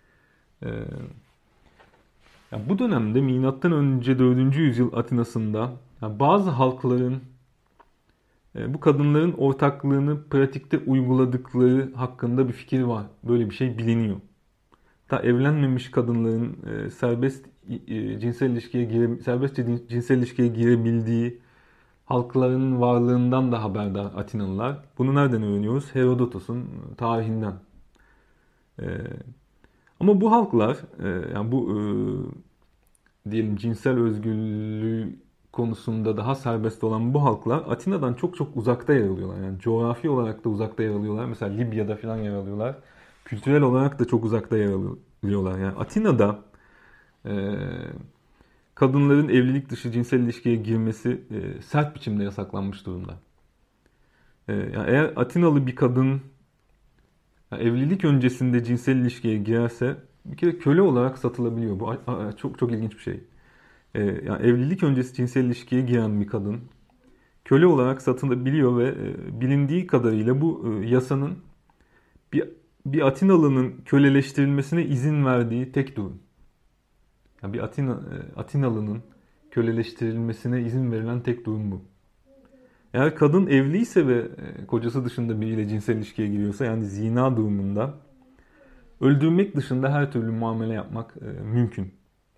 S2: Yani bu dönemde milattan önce dördüncü yüzyıl Atina'sında yani bazı halkların bu kadınların ortaklığını pratikte uyguladıkları hakkında bir fikir var. Böyle bir şey biliniyor. Ta evlenmemiş kadınların e, serbest e, cinsel ilişkiye gire, serbestçe cinsel ilişkiye girebildiği halkların varlığından da haberdar Atinalılar. Bunu nereden öğreniyoruz? Herodotos'un tarihinden. E, ama bu halklar, e, yani bu e, diyelim cinsel özgürlüğü konusunda daha serbest olan bu halklar Atina'dan çok çok uzakta yer alıyorlar. Yani coğrafi olarak da uzakta yer alıyorlar. Mesela Libya'da falan yer alıyorlar. Kültürel olarak da çok uzakta yer alıyorlar. Yani Atina'da e, kadınların evlilik dışı cinsel ilişkiye girmesi e, sert biçimde yasaklanmış durumda. E, yani eğer Atinalı bir kadın yani evlilik öncesinde cinsel ilişkiye girerse bir kere köle olarak satılabiliyor. Bu a, a, çok çok ilginç bir şey. E, yani evlilik öncesi cinsel ilişkiye giren bir kadın köle olarak satılabiliyor ve e, bilindiği kadarıyla bu e, yasanın bir bir Atinalı'nın köleleştirilmesine izin verdiği tek durum. Yani bir Atina, Atinalı'nın köleleştirilmesine izin verilen tek durum bu. Eğer kadın evliyse ve kocası dışında biriyle cinsel ilişkiye giriyorsa yani zina durumunda öldürmek dışında her türlü muamele yapmak mümkün.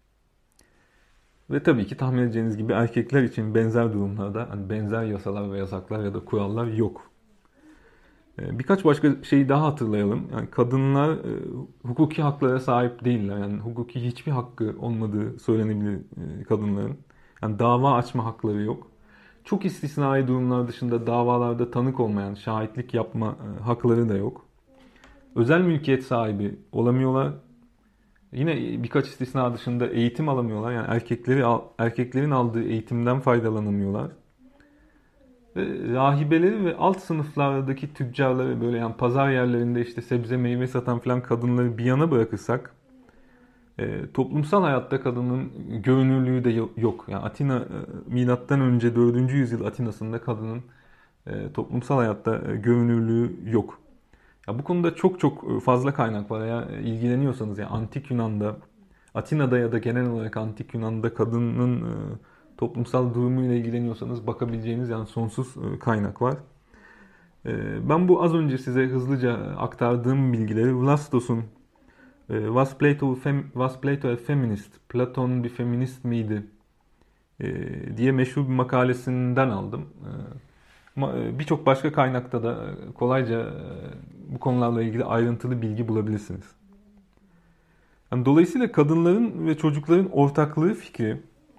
S2: Ve tabii ki tahmin edeceğiniz gibi erkekler için benzer durumlarda hani benzer yasalar ve yasaklar ya da kurallar yok. Birkaç başka şeyi daha hatırlayalım. Yani kadınlar e, hukuki haklara sahip değiller. Yani hukuki hiçbir hakkı olmadığı söylenebilir e, kadınların. Yani dava açma hakları yok. Çok istisnai durumlar dışında davalarda tanık olmayan, şahitlik yapma e, hakları da yok. Özel mülkiyet sahibi olamıyorlar. Yine birkaç istisna dışında eğitim alamıyorlar. Yani erkekleri erkeklerin aldığı eğitimden faydalanamıyorlar. Ve rahibeleri ve alt sınıflardaki tüccarları böyle yani pazar yerlerinde işte sebze meyve satan falan kadınları bir yana bırakırsak e, toplumsal hayatta kadının görünürlüğü de yok. Yani Atina e, milattan önce dördüncü yüzyıl Atina'sında kadının e, toplumsal hayatta e, görünürlüğü yok. Ya bu konuda çok çok fazla kaynak var. Eğer ilgileniyorsanız yani Antik Yunan'da, Atina'da ya da genel olarak Antik Yunan'da kadının e, toplumsal durumuyla ilgileniyorsanız bakabileceğiniz yani sonsuz e, kaynak var. E, ben bu az önce size hızlıca aktardığım bilgileri Vlastos'un e, Was Plato, Fem, Was Plato a Feminist? Platon bir feminist miydi? E, diye meşhur bir makalesinden aldım. E, Birçok başka kaynakta da kolayca bu konularla ilgili ayrıntılı bilgi bulabilirsiniz. Yani dolayısıyla kadınların ve çocukların ortaklığı fikri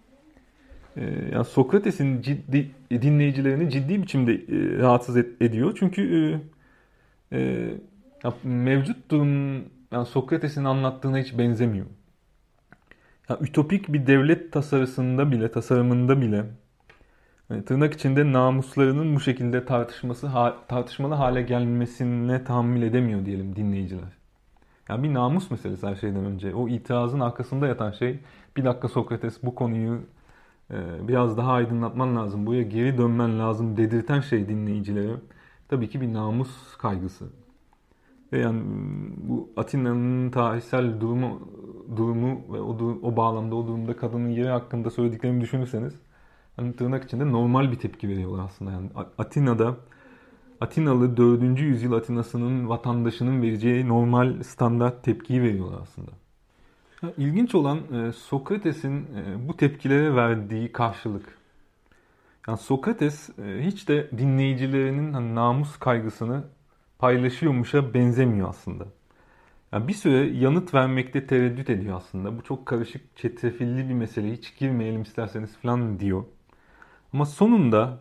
S2: yani Sokrates'in ciddi dinleyicilerini ciddi biçimde rahatsız ediyor. Çünkü e, e, mevcut durum yani Sokrates'in anlattığına hiç benzemiyor. Yani ütopik bir devlet tasarısında bile, tasarımında bile yani tırnak içinde namuslarının bu şekilde tartışması tartışmalı hale gelmesine tahammül edemiyor diyelim dinleyiciler. Yani bir namus meselesi her şeyden önce. O itirazın arkasında yatan şey bir dakika Sokrates bu konuyu e, biraz daha aydınlatman lazım. Buraya geri dönmen lazım dedirten şey dinleyicilere. Tabii ki bir namus kaygısı. Ve yani bu Atina'nın tarihsel durumu durumu ve o, o bağlamda o durumda kadının yeri hakkında söylediklerimi düşünürseniz hani tırnak içinde normal bir tepki veriyorlar aslında. Yani Atina'da Atinalı dördüncü yüzyıl Atina'sının vatandaşının vereceği normal standart tepkiyi veriyorlar aslında. İlginç olan Sokrates'in bu tepkilere verdiği karşılık. Yani Sokrates hiç de dinleyicilerinin hani namus kaygısını paylaşıyormuşa benzemiyor aslında. Yani bir süre yanıt vermekte tereddüt ediyor aslında. Bu çok karışık, çetrefilli bir mesele. Hiç girmeyelim isterseniz falan diyor. Ama sonunda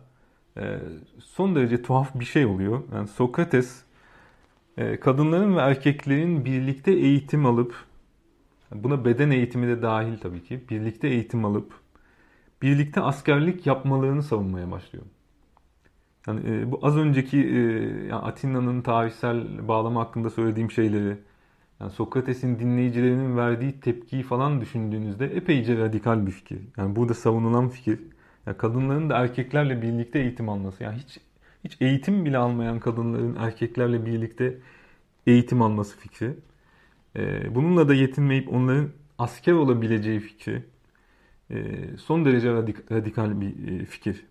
S2: son derece tuhaf bir şey oluyor. Yani Sokrates kadınların ve erkeklerin birlikte eğitim alıp, buna beden eğitimi de dahil tabii ki, birlikte eğitim alıp birlikte askerlik yapmalarını savunmaya başlıyor. Yani bu az önceki yani Atina'nın tarihsel bağlamı hakkında söylediğim şeyleri, yani Sokrates'in dinleyicilerinin verdiği tepkiyi falan düşündüğünüzde epeyce radikal bir fikir. Yani burada savunulan fikir, yani kadınların da erkeklerle birlikte eğitim alması. Yani hiç hiç eğitim bile almayan kadınların erkeklerle birlikte eğitim alması fikri. Bununla da yetinmeyip onların asker olabileceği fikri. Son derece radikal bir fikir.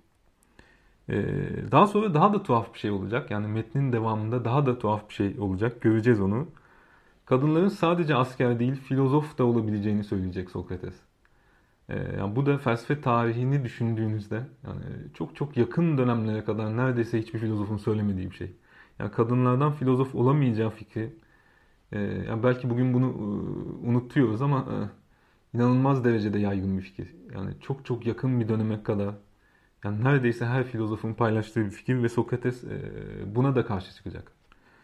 S2: Daha sonra daha da tuhaf bir şey olacak. Yani metnin devamında daha da tuhaf bir şey olacak. Göreceğiz onu. Kadınların sadece asker değil, filozof da olabileceğini söyleyecek Sokrates. Yani bu da felsefe tarihini düşündüğünüzde yani çok çok yakın dönemlere kadar neredeyse hiçbir filozofun söylemediği bir şey. Yani kadınlardan filozof olamayacağı fikri. Yani belki bugün bunu unutuyoruz ama inanılmaz derecede yaygın bir fikir. Yani çok çok yakın bir döneme kadar yani neredeyse her filozofun paylaştığı bir fikir ve Sokrates buna da karşı çıkacak.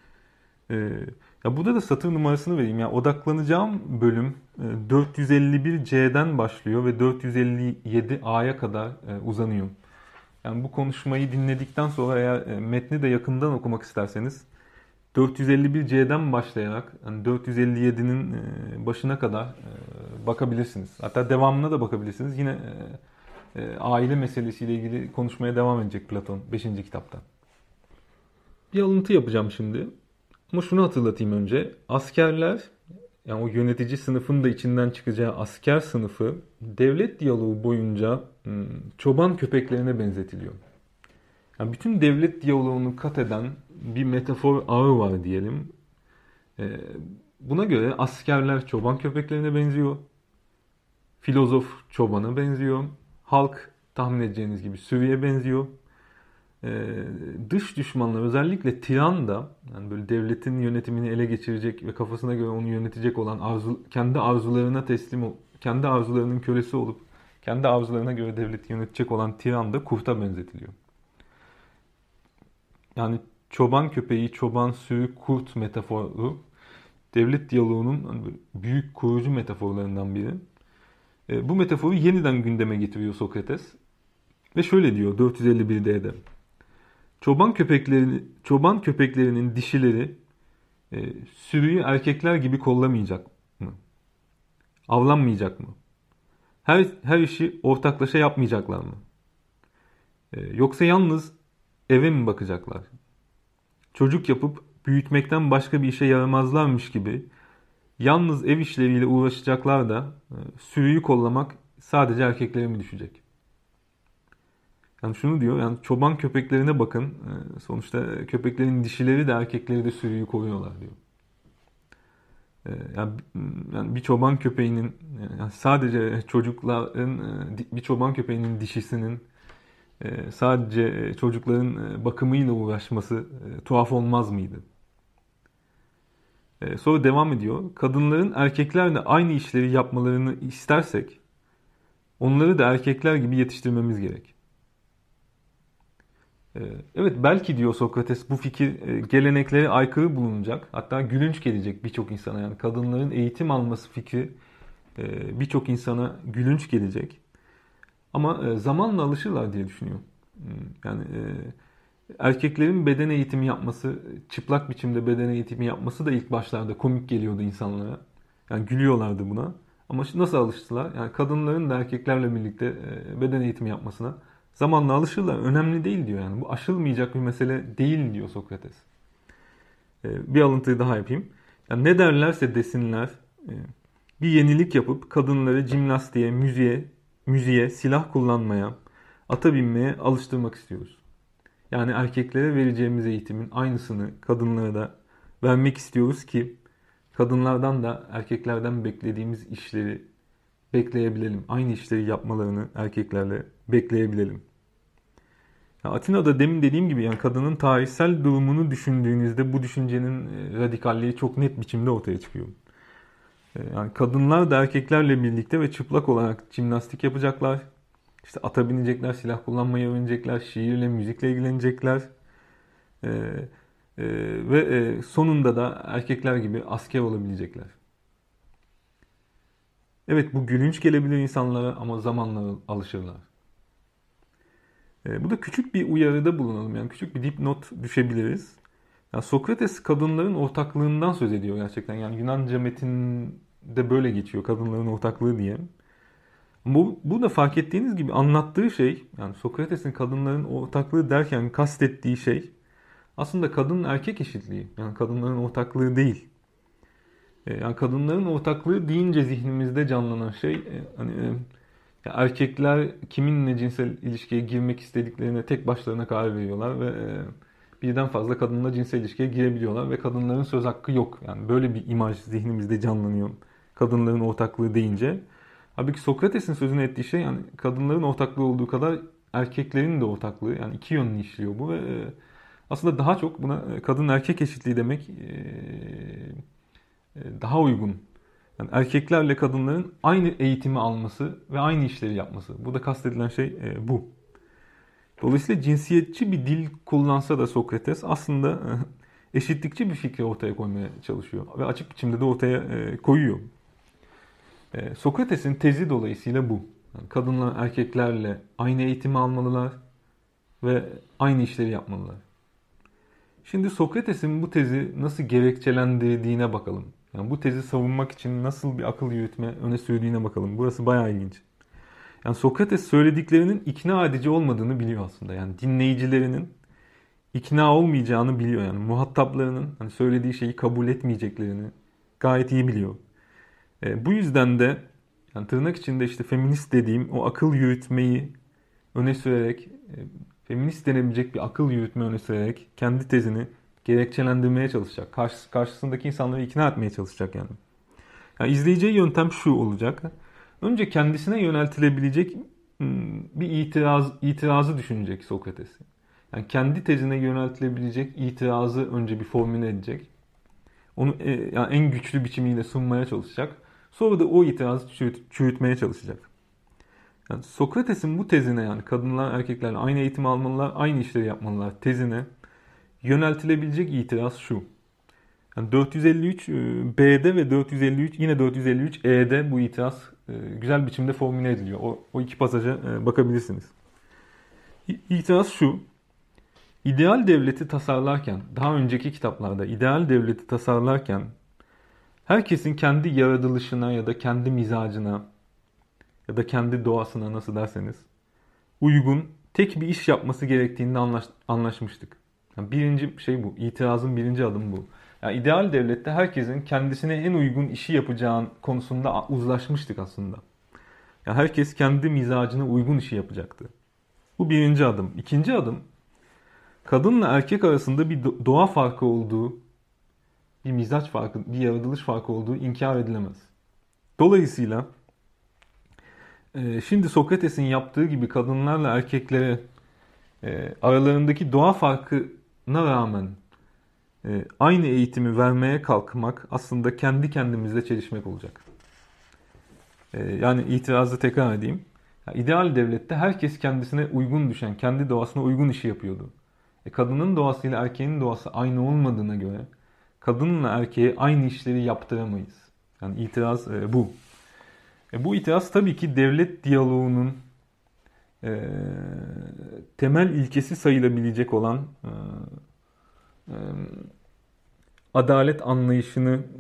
S2: Ya burada da satır numarasını vereyim. Yani odaklanacağım bölüm dört yüz elli bir C'den başlıyor ve dört yüz elli yedi A'ya kadar uzanıyor. Yani bu konuşmayı dinledikten sonra eğer metni de yakından okumak isterseniz dört yüz elli bir C'den başlayarak yani dört yüz elli yedinin başına kadar bakabilirsiniz. Hatta devamına da bakabilirsiniz. Yine aile meselesiyle ilgili konuşmaya devam edecek Platon beşinci kitapta. Bir alıntı yapacağım şimdi. Ama şunu hatırlatayım önce. Askerler, yani o yönetici sınıfın da içinden çıkacağı asker sınıfı devlet diyaloğu boyunca çoban köpeklerine benzetiliyor. Yani bütün devlet diyaloğunu kat eden bir metafor ağı var diyelim. Buna göre askerler çoban köpeklerine benziyor. Filozof çobana benziyor. Halk tahmin edeceğiniz gibi sürüye benziyor. dış düşmanlar, özellikle tiran da, yani böyle devletin yönetimini ele geçirecek ve kafasına göre onu yönetecek olan, arzu, kendi arzularına teslim ol, kendi arzularının kölesi olup kendi arzularına göre devleti yönetecek olan tiran da kurta benzetiliyor. Yani çoban köpeği, çoban sürü, kurt metaforu devlet diyaloğunun büyük kurucu metaforlarından biri. Bu metaforu yeniden gündeme getiriyor Sokrates ve şöyle diyor dört yüz elli bir'de. Çoban köpekleri, çoban köpeklerinin dişileri e, sürüyü erkekler gibi kollamayacak mı? Avlanmayacak mı? Her, her işi ortaklaşa yapmayacaklar mı? E, yoksa yalnız eve mi bakacaklar? Çocuk yapıp büyütmekten başka bir işe yaramazlarmış gibi yalnız ev işleriyle uğraşacaklar da e, sürüyü kollamak sadece erkeklere mi düşecek? Yani şunu diyor, yani çoban köpeklerine bakın, sonuçta köpeklerin dişileri de erkekleri de sürüyü koruyorlar diyor. Yani, yani bir çoban köpeğinin, yani sadece çocukların, bir çoban köpeğinin dişisinin sadece çocukların bakımıyla uğraşması tuhaf olmaz mıydı? Sonra devam ediyor. Kadınların erkeklerle aynı işleri yapmalarını istersek, onları da erkekler gibi yetiştirmemiz gerek. Evet, belki diyor Sokrates bu fikir geleneklere aykırı bulunacak. Hatta gülünç gelecek birçok insana. Yani kadınların eğitim alması fikri birçok insana gülünç gelecek. Ama zamanla alışırlar diye düşünüyorum. Yani erkeklerin beden eğitimi yapması, çıplak biçimde beden eğitimi yapması da ilk başlarda komik geliyordu insanlara. Yani gülüyorlardı buna. Ama nasıl alıştılar? Yani kadınların da erkeklerle birlikte beden eğitimi yapmasına zamanla alışırlar. Önemli değil diyor yani. Bu aşılmayacak bir mesele değil diyor Sokrates. Bir alıntıyı daha yapayım. Yani ne derlerse desinler bir yenilik yapıp kadınları jimnastiğe, müziğe, müziğe, silah kullanmaya, ata binmeye alıştırmak istiyoruz. Yani erkeklere vereceğimiz eğitimin aynısını kadınlara da vermek istiyoruz ki kadınlardan da erkeklerden beklediğimiz işleri bekleyebilelim. Aynı işleri yapmalarını erkeklerle bekleyebilelim. Ya Atina'da demin dediğim gibi yani kadının tarihsel durumunu düşündüğünüzde bu düşüncenin radikalliği çok net biçimde ortaya çıkıyor. Yani kadınlar da erkeklerle birlikte ve çıplak olarak jimnastik yapacaklar. İşte ata binecekler, silah kullanmayı öğrenecekler, şiirle, müzikle ilgilenecekler. Ee, e, ve e, sonunda da erkekler gibi asker olabilecekler. Evet, bu gülünç gelebilir insanlara ama zamanla alışırlar. E, bu da küçük bir uyarıda bulunalım. Yani küçük bir dipnot düşebiliriz. Yani Sokrates kadınların ortaklığından söz ediyor gerçekten. Yani Yunanca metinde böyle geçiyor, kadınların ortaklığı diye. Bu, bu da fark ettiğiniz gibi anlattığı şey, yani Sokrates'in kadınların ortaklığı derken kastettiği şey aslında kadın erkek eşitliği. Yani kadınların ortaklığı değil. Yani kadınların ortaklığı deyince zihnimizde canlanan şey hani erkekler kiminle cinsel ilişkiye girmek istediklerine tek başlarına karar veriyorlar ve birden fazla kadınla cinsel ilişkiye girebiliyorlar ve kadınların söz hakkı yok. Yani böyle bir imaj zihnimizde canlanıyor kadınların ortaklığı deyince. Halbuki Sokrates'in sözünü ettiği şey yani kadınların ortaklığı olduğu kadar erkeklerin de ortaklığı, yani iki yönlü işliyor bu ve aslında daha çok buna kadın erkek eşitliği demek daha uygun. Yani erkeklerle kadınların aynı eğitimi alması ve aynı işleri yapması. Burada kastedilen şey bu. Dolayısıyla cinsiyetçi bir dil kullansa da Sokrates aslında eşitlikçi bir fikri ortaya koymaya çalışıyor ve açık biçimde de ortaya koyuyor. Sokrates'in tezi dolayısıyla bu. Yani kadınlar erkeklerle aynı eğitimi almalılar ve aynı işleri yapmalılar. Şimdi Sokrates'in bu tezi nasıl gerekçelendirdiğine bakalım. Yani bu tezi savunmak için nasıl bir akıl yürütme öne sürdüğüne bakalım. Burası bayağı ilginç. Yani Sokrates söylediklerinin ikna edici olmadığını biliyor aslında. Yani dinleyicilerinin ikna olmayacağını biliyor. Yani muhataplarının hani söylediği şeyi kabul etmeyeceklerini gayet iyi biliyor. E, bu yüzden de yani tırnak içinde işte feminist dediğim o akıl yürütmeyi öne sürerek, e, feminist denebilecek bir akıl yürütme öne sürerek kendi tezini gerekçelendirmeye çalışacak. Karşı, karşısındaki insanları ikna etmeye çalışacak yani. Yani izleyeceği yöntem şu olacak. Önce kendisine yöneltilebilecek bir itiraz, itirazı düşünecek Sokrates. Yani kendi tezine yöneltilebilecek itirazı önce bir formüle edecek. Onu e, yani en güçlü biçimiyle sunmaya çalışacak. Sonra da o itirazı çürüt, çürütmeye çalışacak. Yani Sokrates'in bu tezine, yani kadınlar erkekler aynı eğitim almalılar, aynı işleri yapmalılar tezine yöneltilebilecek itiraz şu. Yani dört yüz elli üç B'de ve dört yüz elli üç yine dört yüz elli üç E'de bu itiraz güzel biçimde formüle ediliyor. O, o iki pasaja bakabilirsiniz. İtiraz şu. İdeal devleti tasarlarken, daha önceki kitaplarda ideal devleti tasarlarken herkesin kendi yaratılışına ya da kendi mizacına ya da kendi doğasına, nasıl derseniz, uygun tek bir iş yapması gerektiğinde anlaş, anlaşmıştık. Yani birinci şey bu. İtirazın birinci adımı bu. Yani ideal devlette herkesin kendisine en uygun işi yapacağın konusunda uzlaşmıştık aslında. Yani herkes kendi mizacına uygun işi yapacaktı. Bu birinci adım. İkinci adım, kadınla erkek arasında bir doğa farkı olduğu, bir mizaç farkı, bir yaratılış farkı olduğu inkar edilemez. Dolayısıyla şimdi Sokrates'in yaptığı gibi kadınlarla erkeklere aralarındaki doğa farkına rağmen aynı eğitimi vermeye kalkmak aslında kendi kendimizle çelişmek olacak. Yani itirazı tekrar edeyim. İdeal devlette herkes kendisine uygun düşen, kendi doğasına uygun işi yapıyordu. E kadının doğasıyla erkeğin doğası aynı olmadığına göre kadınla erkeğe aynı işleri yaptıramayız. Yani itiraz e, bu. E bu itiraz tabii ki devlet diyaloğunun e, temel ilkesi sayılabilecek olan e, e, adalet anlayışını e,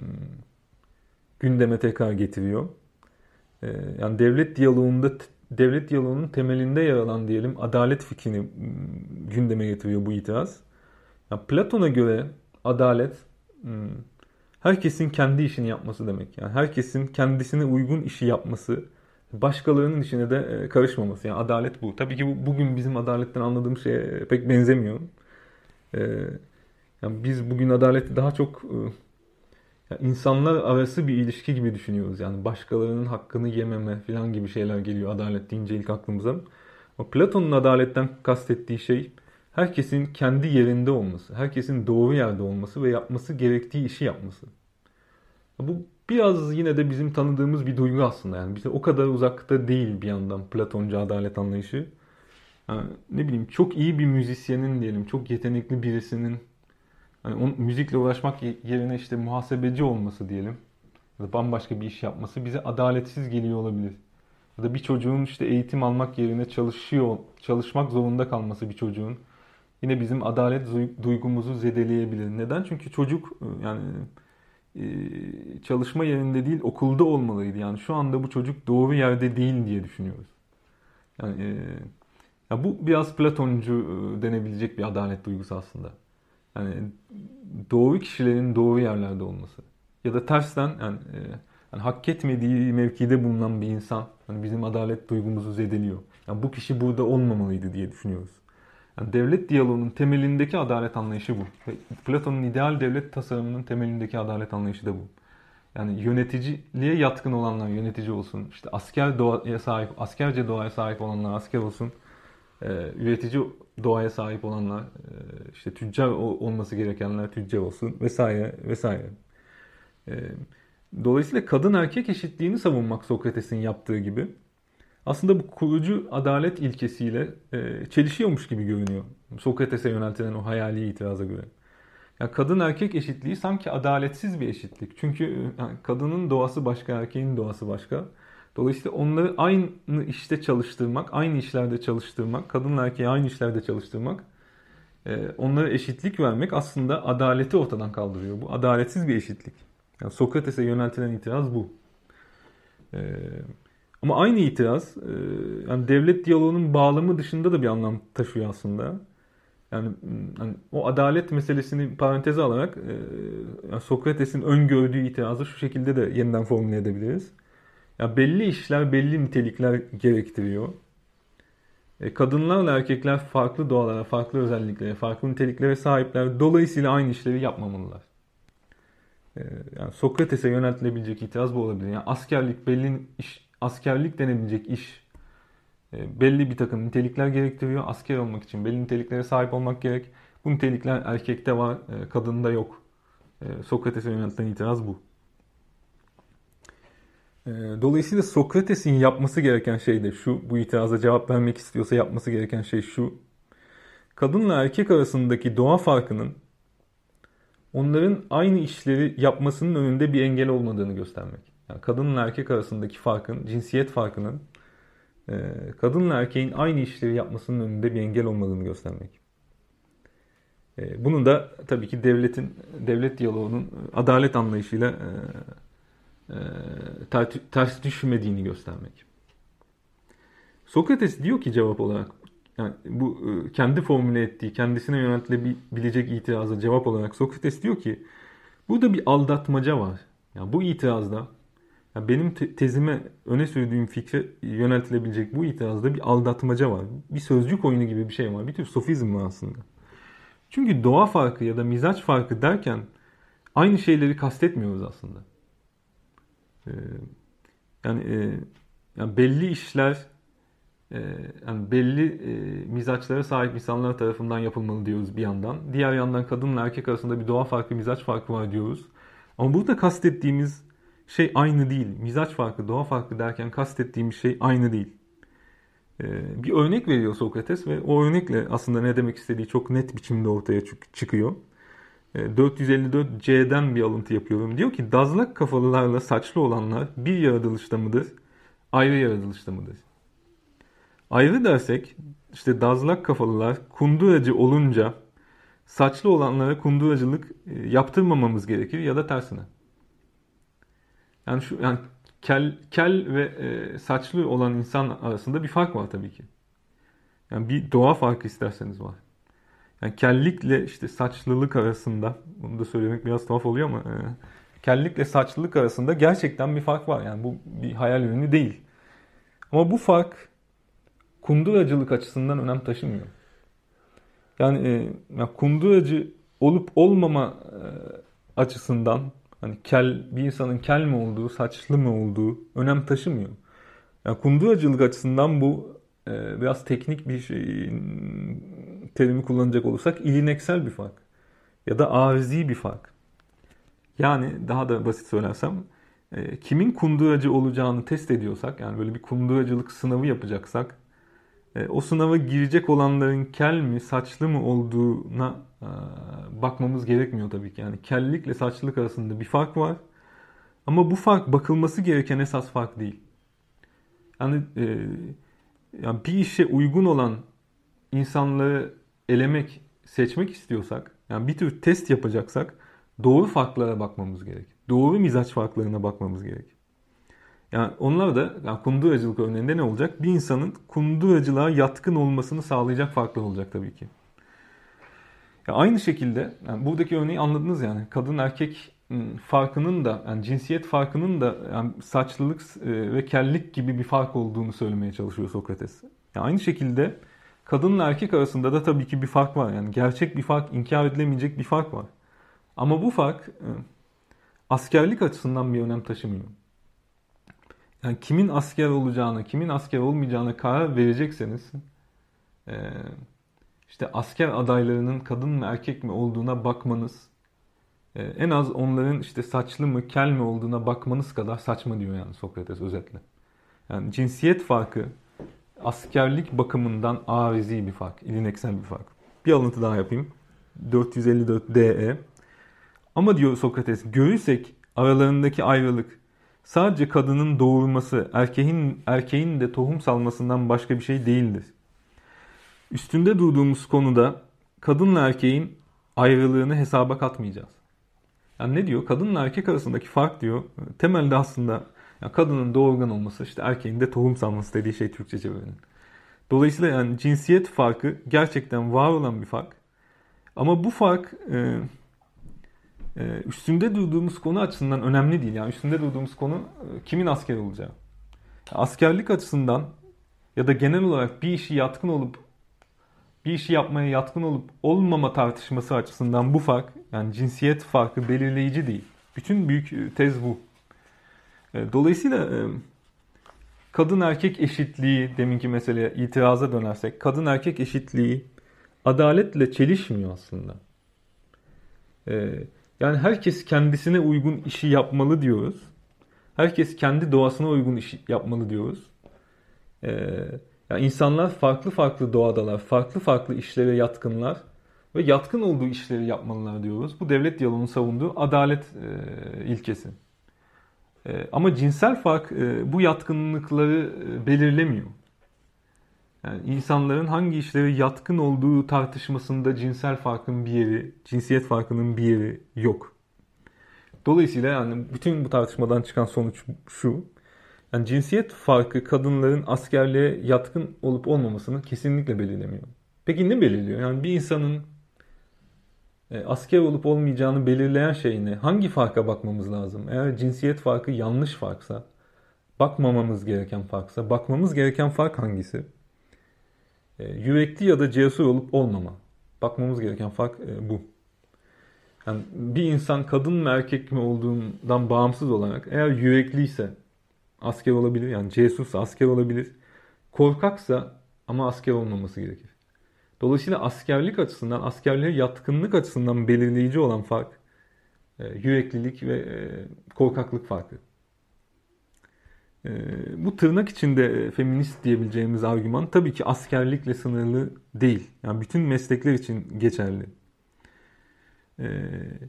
S2: gündeme tekrar getiriyor. E, yani devlet diyaloğunda devlet diyaloğunun temelinde yer alan diyelim adalet fikrini e, gündeme getiriyor bu itiraz. Yani Platon'a göre adalet e, herkesin kendi işini yapması demek. Yani herkesin kendisine uygun işi yapması, başkalarının işine de karışmaması. Yani adalet bu. Tabii ki bu, bugün bizim adaletten anladığımız şeye pek benzemiyor. Ee, yani biz bugün adaleti daha çok e, yani insanlar arası bir ilişki gibi düşünüyoruz. Yani başkalarının hakkını yememe falan gibi şeyler geliyor adalet deyince ilk aklımıza. Ama Platon'un adaletten kastettiği şey herkesin kendi yerinde olması, herkesin doğru yerde olması ve yapması gerektiği işi yapması. Bu biraz yine de bizim tanıdığımız bir duygu aslında. Yani bize o kadar uzakta değil bir yandan Platoncu adalet anlayışı. Yani ne bileyim, çok iyi bir müzisyenin diyelim, çok yetenekli birisinin hani on, müzikle uğraşmak yerine işte muhasebeci olması diyelim ya da bambaşka bir iş yapması bize adaletsiz geliyor olabilir. Ya da bir çocuğun işte eğitim almak yerine çalışıyor, çalışmak zorunda kalması bir çocuğun yine bizim adalet duygumuzu zedeleyebilir. Neden? Çünkü çocuk yani çalışma yerinde değil okulda olmalıydı. Yani şu anda bu çocuk doğru yerde değil diye düşünüyoruz. Yani e, ya bu biraz Platoncu denebilecek bir adalet duygusu aslında. Yani doğru kişilerin doğru yerlerde olması. Ya da tersten yani, e, yani hak etmediği mevkide bulunan bir insan yani bizim adalet duygumuzu zedeliyor. Yani bu kişi burada olmamalıydı diye düşünüyoruz. Yani devlet diyaloğunun temelindeki adalet anlayışı bu. Ve Platon'un ideal devlet tasarımının temelindeki adalet anlayışı da bu. Yani yöneticiliğe yatkın olanlar yönetici olsun. İşte asker doğaya sahip, askerce doğaya sahip olanlar asker olsun. Ee, üretici doğaya sahip olanlar, işte tüccar olması gerekenler tüccar olsun vesaire vesaire. Ee, dolayısıyla kadın erkek eşitliğini savunmak Sokrates'in yaptığı gibi aslında bu kurucu adalet ilkesiyle e, çelişiyormuş gibi görünüyor. Sokrates'e yöneltilen o hayali itiraza göre. Yani kadın erkek eşitliği sanki adaletsiz bir eşitlik. Çünkü yani kadının doğası başka, erkeğin doğası başka. Dolayısıyla onları aynı işte çalıştırmak, aynı işlerde çalıştırmak, kadınla erkeği aynı işlerde çalıştırmak, e, onlara eşitlik vermek aslında adaleti ortadan kaldırıyor. Bu adaletsiz bir eşitlik. Yani Sokrates'e yöneltilen itiraz bu. E, Ama aynı itiraz yani devlet diyaloğunun bağlamı dışında da bir anlam taşıyor aslında. Yani hani o adalet meselesini paranteze alarak yani Sokrates'in öngördüğü itirazı şu şekilde de yeniden formüle edebiliriz. Yani belli işler belli nitelikler gerektiriyor. Kadınlarla erkekler farklı doğalara, farklı özelliklere, farklı niteliklere sahipler. Dolayısıyla aynı işleri yapmamalılar. Yani Sokrates'e yöneltilebilecek itiraz bu olabilir. Yani askerlik belli iş, askerlik denebilecek iş E, belli bir takım nitelikler gerektiriyor. Asker olmak için belli niteliklere sahip olmak gerek. Bu nitelikler erkekte var, e, kadında yok. E, Sokrates'e yöneltilen itiraz bu. E, dolayısıyla Sokrates'in yapması gereken şey de şu, bu itiraza cevap vermek istiyorsa yapması gereken şey şu. Kadınla erkek arasındaki doğa farkının onların aynı işleri yapmasının önünde bir engel olmadığını göstermek. Yani kadınla erkek arasındaki farkın, cinsiyet farkının kadınla erkeğin aynı işleri yapmasının önünde bir engel olmadığını göstermek. Bunun da tabii ki devletin, devlet diyaloğunun adalet anlayışıyla ters düşmediğini göstermek. Sokrates diyor ki cevap olarak, yani bu kendi formüle ettiği, kendisine yöneltilebilecek itiraza cevap olarak Sokrates diyor ki burada bir aldatmaca var. Yani bu itirazda, yani benim te- tezime öne sürdüğüm fikre yöneltilebilecek bu itirazda bir aldatmaca var. Bir sözcük oyunu gibi bir şey var. Bir tür sofizm var aslında. Çünkü doğa farkı ya da mizaç farkı derken aynı şeyleri kastetmiyoruz aslında. Ee, yani, e, yani belli işler e, yani belli e, mizaçlara sahip insanlar tarafından yapılmalı diyoruz bir yandan. Diğer yandan kadınla erkek arasında bir doğa farkı, mizaç farkı var diyoruz. Ama burada kastettiğimiz şey aynı değil. Mizaç farkı, doğa farkı derken kastettiğimiz şey aynı değil. Ee, bir örnek veriyor Sokrates ve o örnekle aslında ne demek istediği çok net biçimde ortaya çıkıyor. Ee, dört yüz elli dört C'den bir alıntı yapıyorum. Diyor ki dazlak kafalılarla saçlı olanlar bir yaratılışta mıdır, ayrı yaratılışta mıdır? Ayrı dersek işte dazlak kafalılar kunduracı olunca saçlı olanlara kunduracılık yaptırmamamız gerekir ya da tersine. Yani şu yani kel kel ve e, saçlı olan insan arasında bir fark var tabii ki. Yani bir doğa farkı isterseniz var. Yani kellikle işte saçlılık arasında, bunu da söylemek biraz tuhaf oluyor ama e, kellikle saçlılık arasında gerçekten bir fark var. Yani bu bir hayal ürünü değil. Ama bu fark kunduracılık açısından önem taşımıyor. Yani, e, yani kunduracı olup olmama e, açısından hani kel bir insanın kel mi olduğu, saçlı mı olduğu önem taşımıyor. Yani kunduracılık açısından bu e, biraz teknik bir şey, terimi kullanacak olursak ilineksel bir fark ya da arızi bir fark. Yani daha da basit söylersem e, kimin kunduracı olacağını test ediyorsak, yani böyle bir kunduracılık sınavı yapacaksak e, o sınava girecek olanların kel mi, saçlı mı olduğuna e, bakmamız gerekmiyor tabii ki. Yani kellikle saçlılık arasında bir fark var. Ama bu fark bakılması gereken esas fark değil. Yani, e, yani bir işe uygun olan insanları elemek, seçmek istiyorsak, yani bir tür test yapacaksak doğru farklara bakmamız gerek. Doğru mizaç farklarına bakmamız gerek. Yani onlar da yani kunduracılık örneğinde ne olacak? Bir insanın kunduracılığa yatkın olmasını sağlayacak farklar olacak tabii ki. Ya aynı şekilde yani buradaki örneği anladınız yani. Kadın erkek farkının da yani cinsiyet farkının da yani saçlılık ve kellik gibi bir fark olduğunu söylemeye çalışıyor Sokrates. Yani aynı şekilde kadınla erkek arasında da tabii ki bir fark var. Yani gerçek bir fark, inkar edilemeyecek bir fark var. Ama bu fark askerlik açısından bir önem taşımıyor. Yani kimin asker olacağını, kimin asker olmayacağına karar verecekseniz işte asker adaylarının kadın mı erkek mi olduğuna bakmanız en az onların işte saçlı mı kel mi olduğuna bakmanız kadar saçma diyor yani Sokrates özetle. Yani cinsiyet farkı askerlik bakımından arizi bir fark, ilineksel bir fark. Bir alıntı daha yapayım. dört yüz elli dört D E. Ama diyor Sokrates, görürsek aralarındaki ayrılık sadece kadının doğurması, erkeğin erkeğin de tohum salmasından başka bir şey değildir. Üstünde durduğumuz konuda kadınla erkeğin ayrılığını hesaba katmayacağız. Yani ne diyor? Kadınla erkek arasındaki fark diyor, temelde aslında yani kadının doğurgan olması, işte erkeğin de tohum salması dediği şey Türkçe çevirinin. Dolayısıyla yani cinsiyet farkı gerçekten var olan bir fark. Ama bu fark e, e, üstünde durduğumuz konu açısından önemli değil. Yani üstünde durduğumuz konu e, kimin asker olacağı. Askerlik açısından ya da genel olarak bir işi yatkın olup bir işi yapmaya yatkın olup olmama tartışması açısından bu fark, yani cinsiyet farkı belirleyici değil. Bütün büyük tez bu. Dolayısıyla kadın erkek eşitliği, deminki meseleye itiraza dönersek, kadın erkek eşitliği adaletle çelişmiyor aslında. Ee, yani herkes kendisine uygun işi yapmalı diyoruz. Herkes kendi doğasına uygun işi yapmalı diyoruz. Ee, yani insanlar farklı farklı doğadalar, farklı farklı işlere yatkınlar ve yatkın olduğu işleri yapmalılar diyoruz. Bu devlet diyaloğunun savunduğu adalet e, ilkesi. E, ama cinsel fark e, bu yatkınlıkları e, belirlemiyor. Yani insanların hangi işlere yatkın olduğu tartışmasında cinsel farkın bir yeri, cinsiyet farkının bir yeri yok. Dolayısıyla yani bütün bu tartışmadan çıkan sonuç şu. Yani cinsiyet farkı kadınların askerliğe yatkın olup olmamasını kesinlikle belirlemiyor. Peki ne belirliyor? Yani bir insanın e, asker olup olmayacağını belirleyen şey ne? Hangi farka bakmamız lazım? Eğer cinsiyet farkı yanlış farksa, bakmamamız gereken farksa, bakmamız gereken fark hangisi? E, yürekli ya da cesur olup olmama. Bakmamız gereken fark e, bu. Yani bir insan kadın mı erkek mi olduğundan bağımsız olarak eğer yürekliyse asker olabilir. Yani cesursa asker olabilir. Korkaksa ama asker olmaması gerekir. Dolayısıyla askerlik açısından, askerliğe yatkınlık açısından belirleyici olan fark e, yüreklilik ve e, korkaklık farkı. E, bu tırnak içinde feminist diyebileceğimiz argüman tabii ki askerlikle sınırlı değil. Yani bütün meslekler için geçerli. E, e,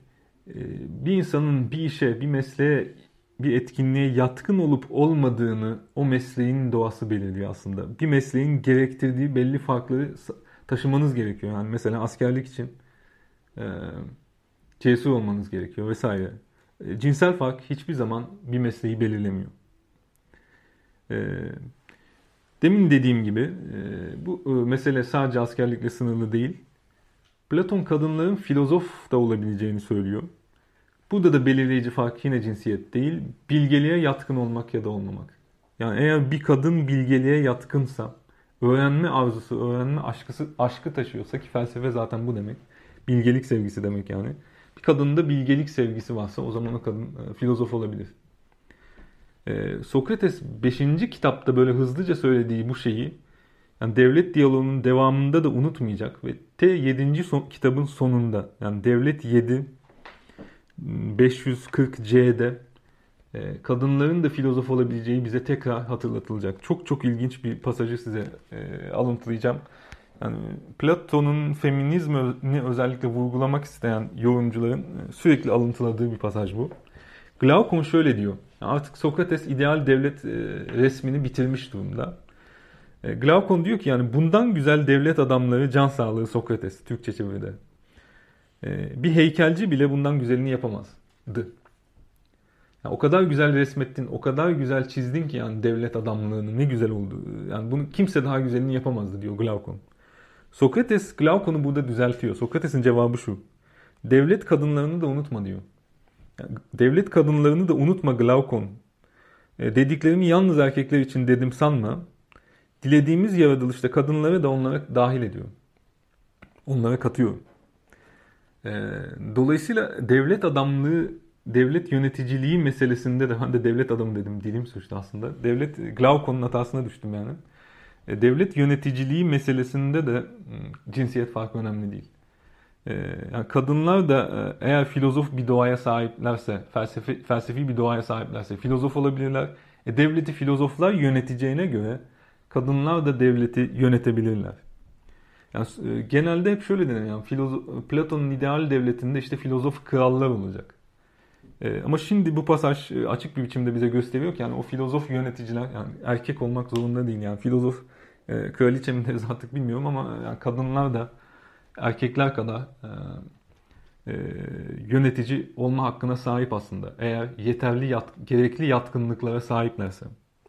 S2: bir insanın bir işe, bir mesleğe, bir etkinliğe yatkın olup olmadığını o mesleğin doğası belirliyor aslında. Bir mesleğin gerektirdiği belli farkları taşımanız gerekiyor. Yani mesela askerlik için e, cesur olmanız gerekiyor vesaire. E, cinsel fark hiçbir zaman bir mesleği belirlemiyor. E, demin dediğim gibi e, bu e, mesele sadece askerlikle sınırlı değil. Platon kadınların filozof da olabileceğini söylüyor. Burada da belirleyici fark yine cinsiyet değil, bilgeliğe yatkın olmak ya da olmamak. Yani eğer bir kadın bilgeliğe yatkınsa, öğrenme arzusu, öğrenme aşkısı, aşkı taşıyorsa ki felsefe zaten bu demek. Bilgelik sevgisi demek yani. Bir kadında bilgelik sevgisi varsa o zaman o kadın e, filozof olabilir. Ee, Sokrates beşinci kitapta böyle hızlıca söylediği bu şeyi yani devlet diyaloğunun devamında da unutmayacak ve T yedinci son, kitabın sonunda yani devlet yedi beş yüz kırk C'de e, kadınların da filozof olabileceği bize tekrar hatırlatılacak. Çok çok ilginç bir pasajı size e, alıntılayacağım. Yani Platon'un feminizmi özellikle vurgulamak isteyen yorumcuların sürekli alıntıladığı bir pasaj bu. Glaukon şöyle diyor. Artık Sokrates ideal devlet e, resmini bitirmiş durumda. E, Glaukon diyor ki yani bundan güzel devlet adamları can sağlığı Sokrates Türkçe çeviride. E, bir heykelci bile bundan güzelini yapamazdı. Yani o kadar güzel resmettin, o kadar güzel çizdin ki yani devlet adamlığını ne güzel oldu. Yani bunu kimse daha güzelini yapamazdı diyor Glaukon. Sokrates Glaukon'u burada düzeltiyor. Sokrates'in cevabı şu. Devlet kadınlarını da unutma diyor. Yani devlet kadınlarını da unutma Glaukon. E, dediklerimi yalnız erkekler için dedim sanma. Dilediğimiz yaratılışta kadınları da onlara dahil ediyor. Onlara katıyor. E, dolayısıyla devlet adamlığı, devlet yöneticiliği meselesinde de ben de devlet adamı dedim. Dilim suçtu aslında. Devlet Glaukon'un hatasına düştüm yani. E, devlet yöneticiliği meselesinde de cinsiyet farkı önemli değil. Yani kadınlar da eğer filozof bir doğaya sahiplerse, felsefi, felsefi bir doğaya sahiplerse filozof olabilirler. E, devleti filozoflar yöneteceğine göre kadınlar da devleti yönetebilirler. Yani genelde hep şöyle denir yani filozof, Platon'un ideal devletinde işte filozof krallar olacak. E, ama şimdi bu pasaj açık bir biçimde bize gösteriyor ki yani o filozof yöneticiler yani erkek olmak zorunda değil yani filozof e, kraliçe mi deriz artık bilmiyorum ama yani kadınlar da erkekler kadar e, e, yönetici olma hakkına sahip aslında. Eğer yeterli, yat, gerekli yatkınlıklara sahiplerse.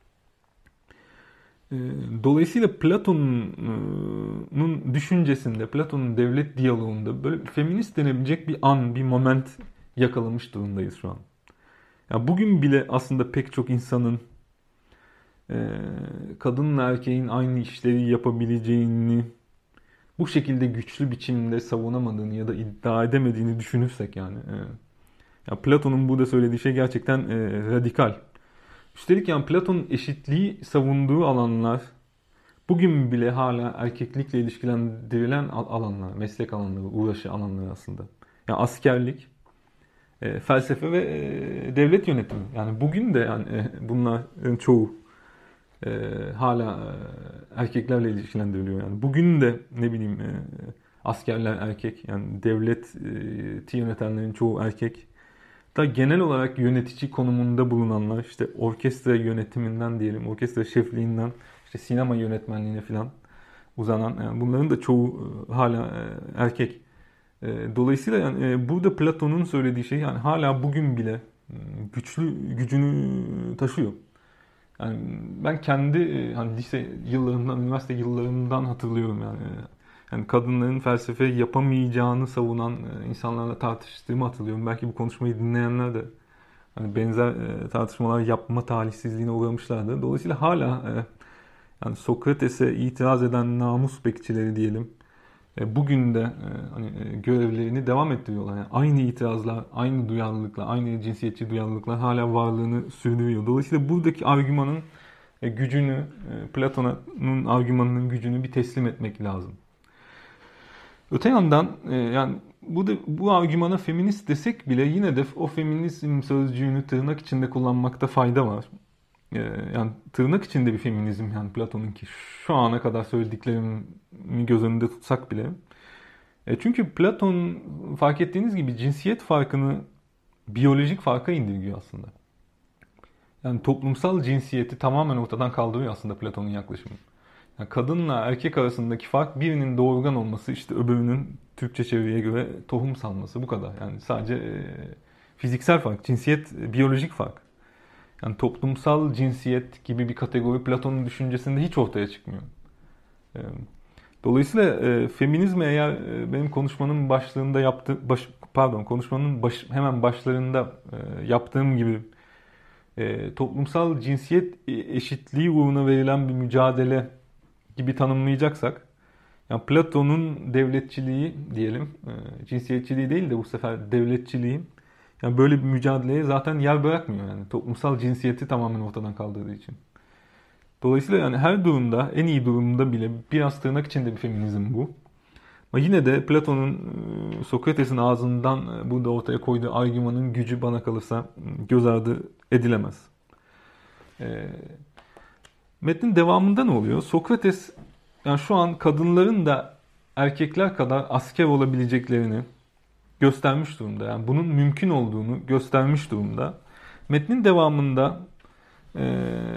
S2: E, dolayısıyla Platon'un düşüncesinde, Platon'un devlet diyaloğunda böyle feminist denebilecek bir an, bir moment yakalamış durumdayız şu an. Yani bugün bile aslında pek çok insanın e, kadınla erkeğin aynı işleri yapabileceğini bu şekilde güçlü biçimde savunamadığını ya da iddia edemediğini düşünürsek yani. E, ya Platon'un burada söylediği şey gerçekten e, radikal. Üstelik yani Platon'un eşitliği savunduğu alanlar bugün bile hala erkeklikle ilişkilendirilen alanlar, meslek alanları, uğraşı alanları aslında. Yani askerlik, e, felsefe ve e, devlet yönetimi. Yani bugün de yani e, bunların çoğu e, hala e, erkeklerle ilişkilendiriliyor. Yani bugün de ne bileyim e, askerler erkek, yani devleti yönetenlerin çoğu erkek. Da genel olarak yönetici konumunda bulunanlar, işte orkestra yönetiminden diyelim, orkestra şefliğinden, işte sinema yönetmenliğine falan uzanan, yani bunların da çoğu e, hala e, erkek. E, Dolayısıyla yani e, burada Platon'un söylediği şey yani hala bugün bile e, güçlü gücünü taşıyor. Yani ben kendi e, hani lise yıllarımdan, üniversite yıllarımdan hatırlıyorum yani. Yani kadınların felsefe yapamayacağını savunan e, insanlarla tartıştığımı hatırlıyorum. Belki bu konuşmayı dinleyenler de hani benzer e, tartışmalar yapma talihsizliğine uğramışlardı. Dolayısıyla hala e, yani Sokrates'e itiraz eden namus bekçileri diyelim. E, bugün de e, hani e, görevlerini devam ettiriyorlar. Yani aynı itirazlar, aynı duyarlılıklar, aynı cinsiyetçi duyarlılıklar hala varlığını sürdürüyor. Dolayısıyla buradaki argümanın e, gücünü, e, Platon'un argümanının gücünü bir teslim etmek lazım. Öte yandan e, yani bu da, bu argümana feminist desek bile yine de o feminizm sözcüğünü tırnak içinde kullanmakta fayda var. E, yani tırnak içinde bir feminizm yani Platon'unki şu ana kadar söylediklerimi göz önünde tutsak bile. E, çünkü Platon fark ettiğiniz gibi cinsiyet farkını biyolojik farka indirgiyor aslında. Yani toplumsal cinsiyeti tamamen ortadan kaldırıyor aslında Platon'un yaklaşımı. Yani kadınla erkek arasındaki fark birinin doğurgan olması, işte öbürünün Türkçe çeviriye göre tohum salması, bu kadar. Yani sadece e, fiziksel fark, cinsiyet e, biyolojik fark. Yani toplumsal cinsiyet gibi bir kategori Platon'un düşüncesinde hiç ortaya çıkmıyor. E, Dolayısıyla e, feminizme eğer e, benim konuşmanın başlığında yaptı baş, pardon konuşmanın baş, hemen başlarında e, yaptığım gibi e, toplumsal cinsiyet eşitliği uğruna verilen bir mücadele gibi tanımlayacaksak, yani Platon'un devletçiliği diyelim, e, cinsiyetçiliği değil de bu sefer devletçiliği, yani böyle bir mücadeleye zaten yer bırakmıyor yani toplumsal cinsiyeti tamamen ortadan kaldırdığı için. Dolayısıyla yani her durumda, en iyi durumda bile biraz tırnak içinde bir feminizm bu. Ama yine de Platon'un, e, Sokrates'in ağzından e, burada ortaya koyduğu argümanın gücü bana kalırsa göz ardı edilemez. E, Metnin devamında ne oluyor? Sokrates yani şu an kadınların da erkekler kadar asker olabileceklerini göstermiş durumda. Yani bunun mümkün olduğunu göstermiş durumda. Metnin devamında e,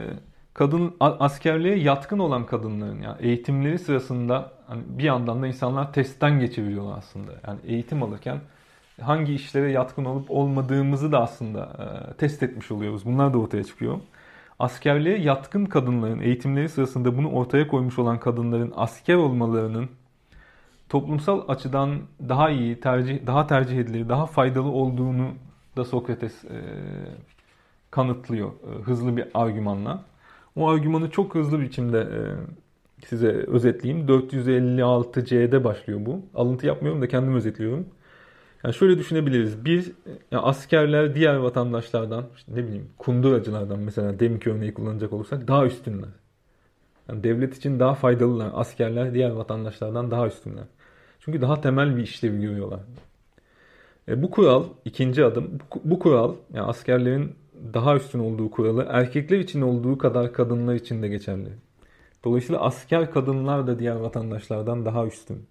S2: kadın askerliğe yatkın olan kadınların yani eğitimleri sırasında hani bir yandan da insanlar testten geçiriyorlar aslında. Yani eğitim alırken hangi işlere yatkın olup olmadığımızı da aslında e, test etmiş oluyoruz. Bunlar da ortaya çıkıyor. Askerliğe yatkın kadınların eğitimleri sırasında bunu ortaya koymuş olan kadınların asker olmalarının toplumsal açıdan daha iyi, tercih, daha tercih edilir, daha faydalı olduğunu da Sokrates e, kanıtlıyor e, hızlı bir argümanla. O argümanı çok hızlı bir biçimde e, size özetleyeyim. dört yüz elli altı C'de başlıyor bu. Alıntı yapmıyorum da kendim özetliyorum. Yani şöyle düşünebiliriz. Bir, yani askerler diğer vatandaşlardan, işte ne bileyim kunduracılardan mesela deminki örneği kullanacak olursak daha üstünler. Yani devlet için daha faydalılar. Askerler diğer vatandaşlardan daha üstünler. Çünkü daha temel bir işlevi görüyorlar. E, bu kural, ikinci adım, bu, bu kural, yani askerlerin daha üstün olduğu kuralı erkekler için olduğu kadar kadınlar için de geçerli. Dolayısıyla asker kadınlar da diğer vatandaşlardan daha üstün.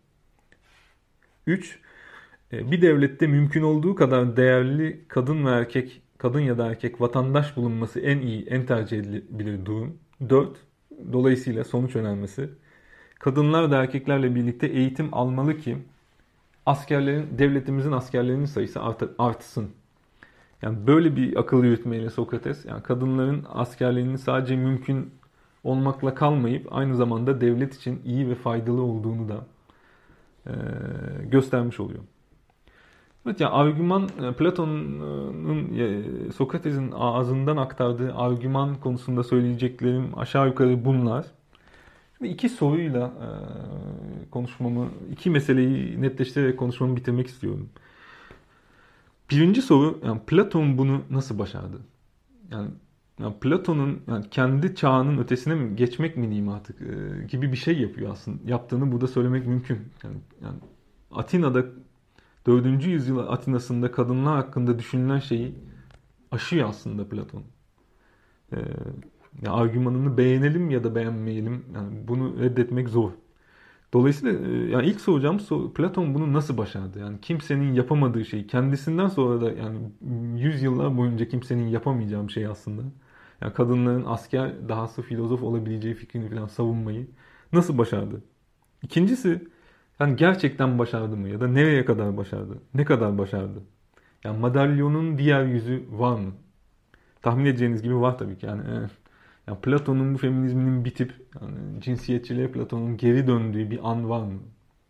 S2: Üç, bir devlette mümkün olduğu kadar değerli kadın ve erkek, kadın ya da erkek vatandaş bulunması en iyi, en tercih edilebilir durum. Dört, dolayısıyla sonuç önermesi. Kadınlar da erkeklerle birlikte eğitim almalı ki askerlerin, devletimizin askerlerinin sayısı art, artsın. Yani böyle bir akıl yürütmeyle Sokrates, yani kadınların askerliğinin sadece mümkün olmakla kalmayıp aynı zamanda devlet için iyi ve faydalı olduğunu da e, göstermiş oluyor. Evet, yani argüman, Platon'un Sokrates'in ağzından aktardığı argüman konusunda söyleyeceklerim aşağı yukarı bunlar. Şimdi iki soruyla konuşmamı, iki meseleyi netleştirerek konuşmamı bitirmek istiyorum. Birinci soru, yani Platon bunu nasıl başardı? Yani yani Platon'un yani kendi çağının ötesine mi geçmek mi diyeyim artık e, gibi bir şey yapıyor aslında. Yaptığını burada söylemek mümkün. Yani, yani Atina'da dördüncü yüzyıl Atina'sında kadınlar hakkında düşünülen şeyi aşıyor aslında Platon. E, yani argümanını beğenelim ya da beğenmeyelim. Yani bunu reddetmek zor. Dolayısıyla e, yani ilk soracağım soru, Platon bunu nasıl başardı? Yani kimsenin yapamadığı şey, kendisinden sonra da yani yüzyıllar boyunca kimsenin yapamayacağı bir şey aslında. Yani kadınların asker dahası filozof olabileceği fikrini falan savunmayı nasıl başardı? İkincisi, yani gerçekten başardı mı ya da nereye kadar başardı? Ne kadar başardı? Yani madalyonun diğer yüzü var mı? Tahmin edeceğiniz gibi var tabii ki. Yani e, yani Platon'un bu feminizminin bitip yani cinsiyetçiliğe Platon'un geri döndüğü bir an var mı?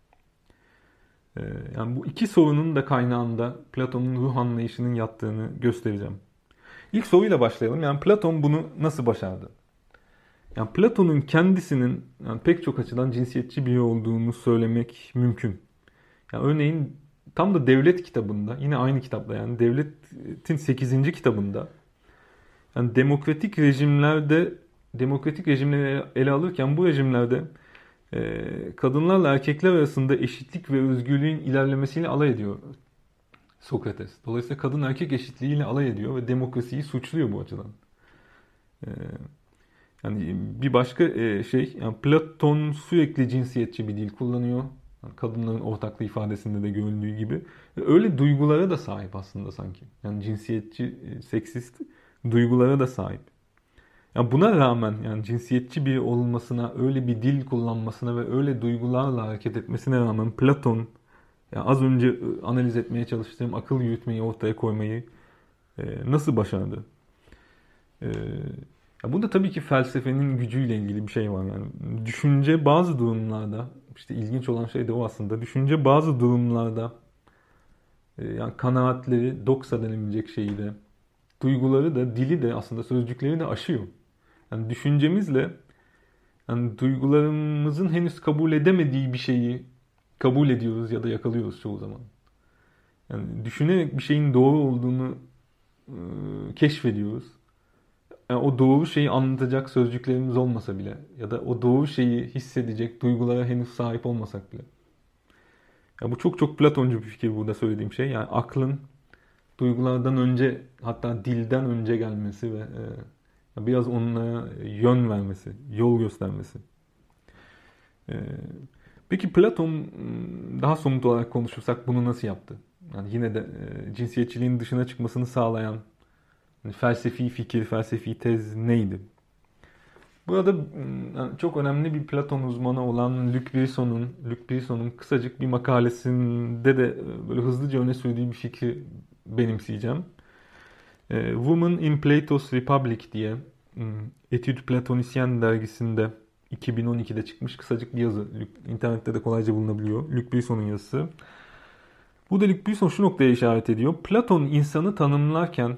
S2: Ee, yani bu iki sorunun da kaynağında Platon'un ruh anlayışının yattığını göstereceğim. İlk soruyla başlayalım. Yani Platon bunu nasıl başardı? Yani Platon'un kendisinin yani pek çok açıdan cinsiyetçi biri olduğunu söylemek mümkün. Yani örneğin tam da Devlet kitabında, yine aynı kitapta yani Devlet'in sekizinci kitabında yani demokratik rejimlerde demokratik rejimleri ele alırken bu rejimlerde e, kadınlarla erkekler arasında eşitlik ve özgürlüğün ilerlemesiyle alay ediyor Sokrates. Dolayısıyla kadın erkek eşitliğiyle alay ediyor ve demokrasiyi suçluyor bu açıdan. E, yani bir başka e, şey, yani Platon sürekli cinsiyetçi bir dil kullanıyor. Yani kadınların ortaklığı ifadesinde de görüldüğü gibi. Ve öyle duygulara da sahip aslında sanki. Yani cinsiyetçi, e, seksist duygulara da sahip. Ya buna rağmen yani cinsiyetçi biri olmasına, öyle bir dil kullanmasına ve öyle duygularla hareket etmesine rağmen Platon yani az önce analiz etmeye çalıştığım akıl yürütmeyi ortaya koymayı e, nasıl başardı? E, ya bunda tabii ki felsefenin gücüyle ilgili bir şey var. Yani düşünce bazı durumlarda işte ilginç olan şey de o aslında. Düşünce bazı durumlarda e, yani kanaatleri, doksa denilecek şeyi de, duyguları da, dili de aslında sözcükleri de aşıyor. Yani düşüncemizle yani duygularımızın henüz kabul edemediği bir şeyi kabul ediyoruz ya da yakalıyoruz çoğu zaman. Yani düşünerek bir şeyin doğru olduğunu e, keşfediyoruz. Yani o doğru şeyi anlatacak sözcüklerimiz olmasa bile ya da o doğru şeyi hissedecek duygulara henüz sahip olmasak bile. Ya bu çok çok Platoncu bir fikir burada söylediğim şey. Yani aklın duygulardan önce hatta dilden önce gelmesi ve e, biraz onlara yön vermesi, yol göstermesi. E, peki Platon daha somut olarak konuşursak bunu nasıl yaptı? Yani yine de e, cinsiyetçiliğin dışına çıkmasını sağlayan yani felsefi fikir, felsefi tez neydi? Burada yani çok önemli bir Platon uzmanı olan Luc Brisson'un Luc Brisson'un kısacık bir makalesinde de böyle hızlıca öne sürdüğü bir fikri benimseyeceğim. Woman in Plato's Republic diye Etüd Platonicien dergisinde iki bin on ikide çıkmış kısacık bir yazı. İnternette de kolayca bulunabiliyor. Luc Brisson'un yazısı. Bu da Luc Brisson şu noktaya işaret ediyor. Platon insanı tanımlarken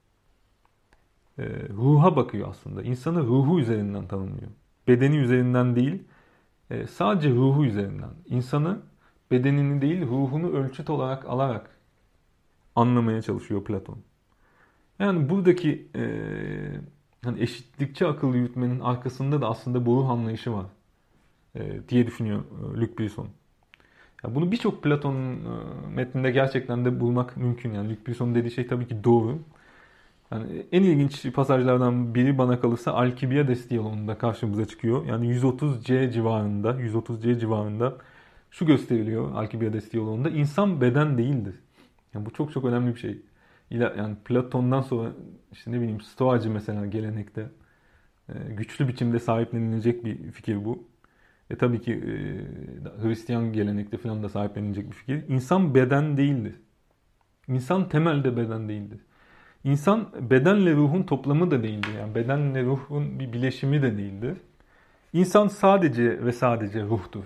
S2: e, ruha bakıyor aslında. İnsanı ruhu üzerinden tanımlıyor. Bedeni üzerinden değil, e, sadece ruhu üzerinden. İnsanı bedenini değil, ruhunu ölçüt olarak alarak anlamaya çalışıyor Platon. Yani buradaki e, hani eşitlikçi akıl yürütmenin arkasında da aslında bu ruh anlayışı var e, diye düşünüyor e, Luc Brisson. Ya bunu birçok Platon e, metninde gerçekten de bulmak mümkün. Yani Luc Brisson'un dediği şey tabii ki doğru. Yani en ilginç pasajlardan biri bana kalırsa Alkibiades diyaloğunda karşımıza çıkıyor. Yani yüz otuz C civarında, yüz otuz C civarında şu gösteriliyor Alkibiades diyaloğunda. İnsan beden değildir. Yani bu çok çok önemli bir şey. Yani Platon'dan sonra işte ne bileyim Stoacı mesela gelenekte güçlü biçimde sahiplenilecek bir fikir bu. E tabii ki e, Hristiyan gelenekte falan da sahiplenilecek bir fikir. İnsan beden değildir. İnsan temelde beden değildir. İnsan bedenle ruhun toplamı da değildir. Yani bedenle ruhun bir bileşimi de değildir. İnsan sadece ve sadece ruhtur.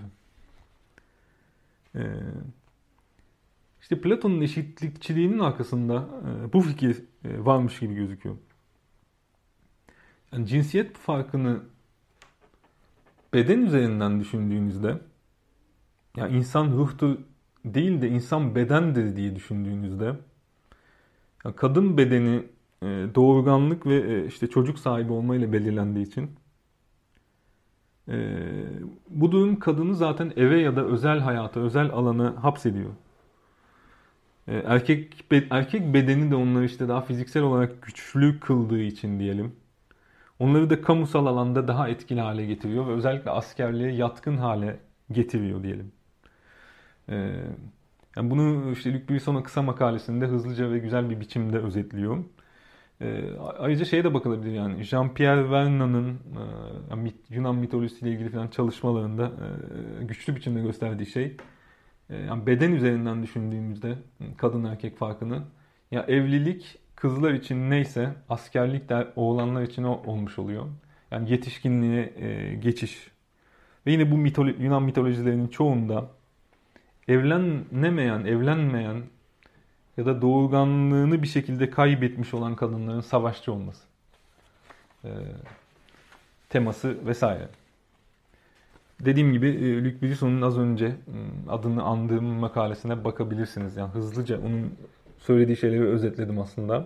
S2: Ee, işte Platon'un eşitlikçiliğinin arkasında e, bu fikir e, varmış gibi gözüküyor. Yani cinsiyet farkını beden üzerinden düşündüğünüzde, yani insan ruhtur değil de insan bedendir diye düşündüğünüzde, yani kadın bedeni e, doğurganlık ve e, işte çocuk sahibi olmayla belirlendiği için e, bu durum kadını zaten eve ya da özel hayata, özel alana hapsediyor. E, erkek erkek bedeni de onları işte daha fiziksel olarak güçlü kıldığı için diyelim. Onları da kamusal alanda daha etkili hale getiriyor ve özellikle askerliğe yatkın hale getiriyor diyelim. Ee, yani bunu işte Luc Brisson'un kısa makalesinde hızlıca ve güzel bir biçimde özetliyor. Ee, ayrıca şeye de bakılabilir yani Jean-Pierre Vernon'un e, Yunan mitolojisiyle ilgili falan çalışmalarında e, güçlü biçimde gösterdiği şey e, yani beden üzerinden düşündüğümüzde kadın erkek farkını ya evlilik kızlar için neyse askerlik de oğlanlar için o olmuş oluyor. Yani yetişkinliğe e, geçiş. Ve yine bu mitolo- Yunan mitolojilerinin çoğunda evlenemeyen, evlenmeyen ya da doğurganlığını bir şekilde kaybetmiş olan kadınların savaşçı olması e, teması vesaire. Dediğim gibi e, Luc Brisson'un az önce adını andığım makalesine bakabilirsiniz. Yani hızlıca onun söylediği şeyleri özetledim aslında.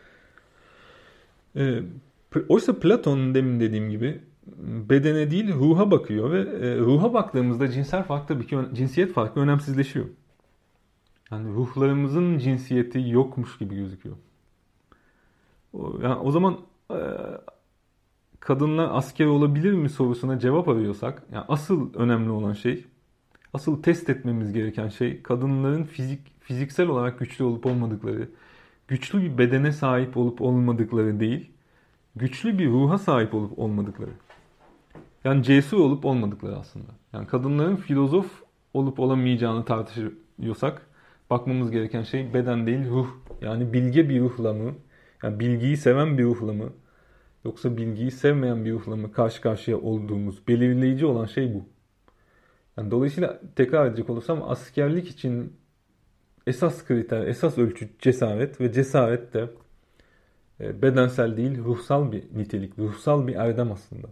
S2: E, oysa Platon demin dediğim gibi bedene değil ruha bakıyor ve e, ruha baktığımızda cinsel fark tabii ki cinsiyet farkı önemsizleşiyor. Yani ruhlarımızın cinsiyeti yokmuş gibi gözüküyor. O, yani o zaman e, kadınlar asker olabilir mi sorusuna cevap arıyorsak, yani asıl önemli olan şey, asıl test etmemiz gereken şey kadınların fizik fiziksel olarak güçlü olup olmadıkları, güçlü bir bedene sahip olup olmadıkları değil, güçlü bir ruha sahip olup olmadıkları. Yani cesur olup olmadıkları aslında. Yani kadınların filozof olup olamayacağını tartışıyorsak bakmamız gereken şey beden değil ruh. Yani bilge bir ruhla mı, yani bilgiyi seven bir ruhla mı, yoksa bilgiyi sevmeyen bir ruhla mı karşı karşıya olduğumuz belirleyici olan şey bu. Yani dolayısıyla tekrar edecek olursam askerlik için esas kriter, esas ölçü cesaret ve cesaret de bedensel değil ruhsal bir nitelik, ruhsal bir erdem aslında.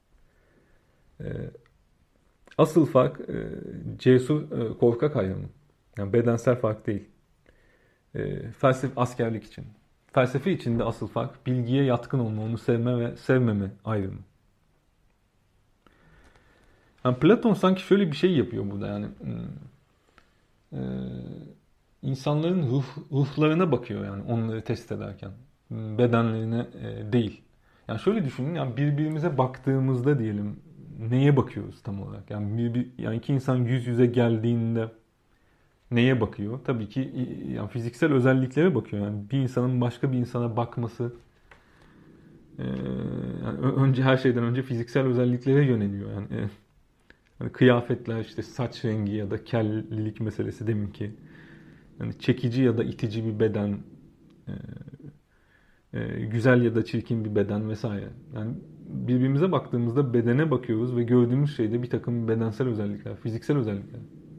S2: Asıl fark cesur, korkak ayrımı. Yani bedensel fark değil. Felsefe askerlik için. Felsefe içinde asıl fark bilgiye yatkın olma, onu sevme ve sevmeme ayrımı. Yani Platon sanki şöyle bir şey yapıyor burada yani. İnsanların ruh, ruhlarına bakıyor yani onları test ederken. Bedenlerine değil. Yani şöyle düşünün yani birbirimize baktığımızda diyelim neye bakıyoruz tam olarak? Yani bir, bir yani iki insan yüz yüze geldiğinde neye bakıyor? Tabii ki yani fiziksel özelliklere bakıyor. Yani bir insanın başka bir insana bakması e, yani önce her şeyden önce fiziksel özelliklere yöneliyor. Yani, e, yani kıyafetler, işte saç rengi ya da kellilik meselesi deminki. Yani çekici ya da itici bir beden, e, e, güzel ya da çirkin bir beden vesaire. Yani birbirimize baktığımızda bedene bakıyoruz ve gördüğümüz şeyde bir takım bedensel özellikler, fiziksel özellikler.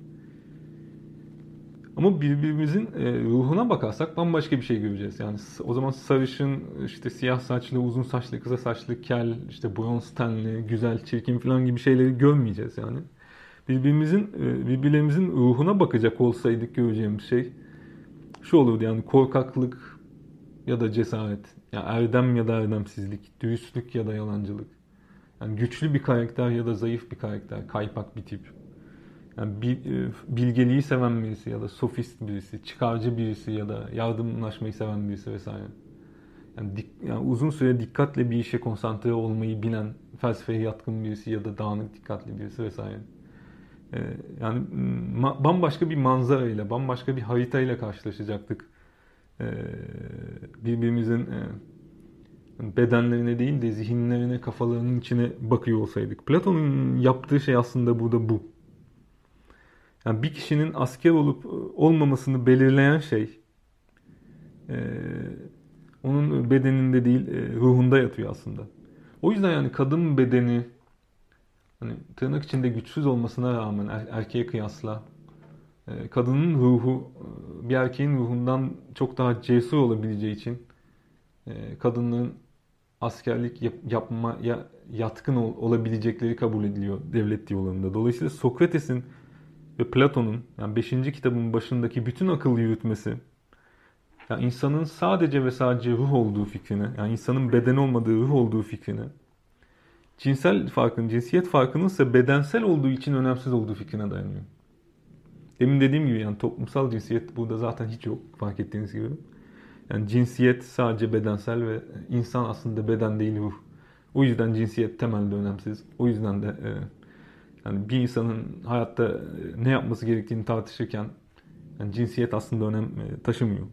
S2: Ama birbirimizin e, ruhuna bakarsak bambaşka bir şey göreceğiz. Yani o zaman sarışın, işte siyah saçlı, uzun saçlı, kısa saçlı, kel, işte bronz tenli, güzel, çirkin falan gibi şeyleri görmeyeceğiz yani. Birbirimizin, e, birbirlerimizin ruhuna bakacak olsaydık göreceğimiz şey şu olurdu yani korkaklık ya da cesaret, yani erdem ya da erdemsizlik, dürüstlük ya da yalancılık. Yani güçlü bir karakter ya da zayıf bir karakter, kaypak bir tip. Yani bilgeliği seven birisi ya da sofist birisi, çıkarcı birisi ya da yardımlaşmayı seven birisi vesaire. Yani, dik, yani uzun süre dikkatle bir işe konsantre olmayı bilen, felsefeye yatkın birisi ya da dağınık dikkatli birisi vesaire. Ee, yani ma- bambaşka bir manzarayla, bambaşka bir haritayla karşılaşacaktık. Ee, birbirimizin e, bedenlerine değil de zihinlerine, kafalarının içine bakıyor olsaydık. Platon'un yaptığı şey aslında burada bu. Yani bir kişinin asker olup olmamasını belirleyen şey e, onun bedeninde değil e, ruhunda yatıyor aslında. O yüzden yani kadın bedeni hani tırnak içinde güçsüz olmasına rağmen er, erkeğe kıyasla e, kadının ruhu e, bir erkeğin ruhundan çok daha cesur olabileceği için e, kadının askerlik yap, yapmaya yatkın ol, olabilecekleri kabul ediliyor devlet diyalogunda. Dolayısıyla Sokrates'in ve Platon'un yani beşinci kitabın başındaki bütün akıl yürütmesi Yani insanın sadece ve sadece ruh olduğu fikrine, yani insanın beden olmadığı ruh olduğu fikrine, cinsel farkın, cinsiyet farkının ise bedensel olduğu için önemsiz olduğu fikrine dayanıyor. Demin dediğim gibi yani toplumsal cinsiyet burada zaten hiç yok, fark ettiğiniz gibi. Yani cinsiyet sadece bedensel ve insan aslında beden değil ruh. O yüzden cinsiyet temelde önemsiz. O yüzden de e, yani bir insanın hayatta e, ne yapması gerektiğini tartışırken yani cinsiyet aslında önem e, taşımıyor.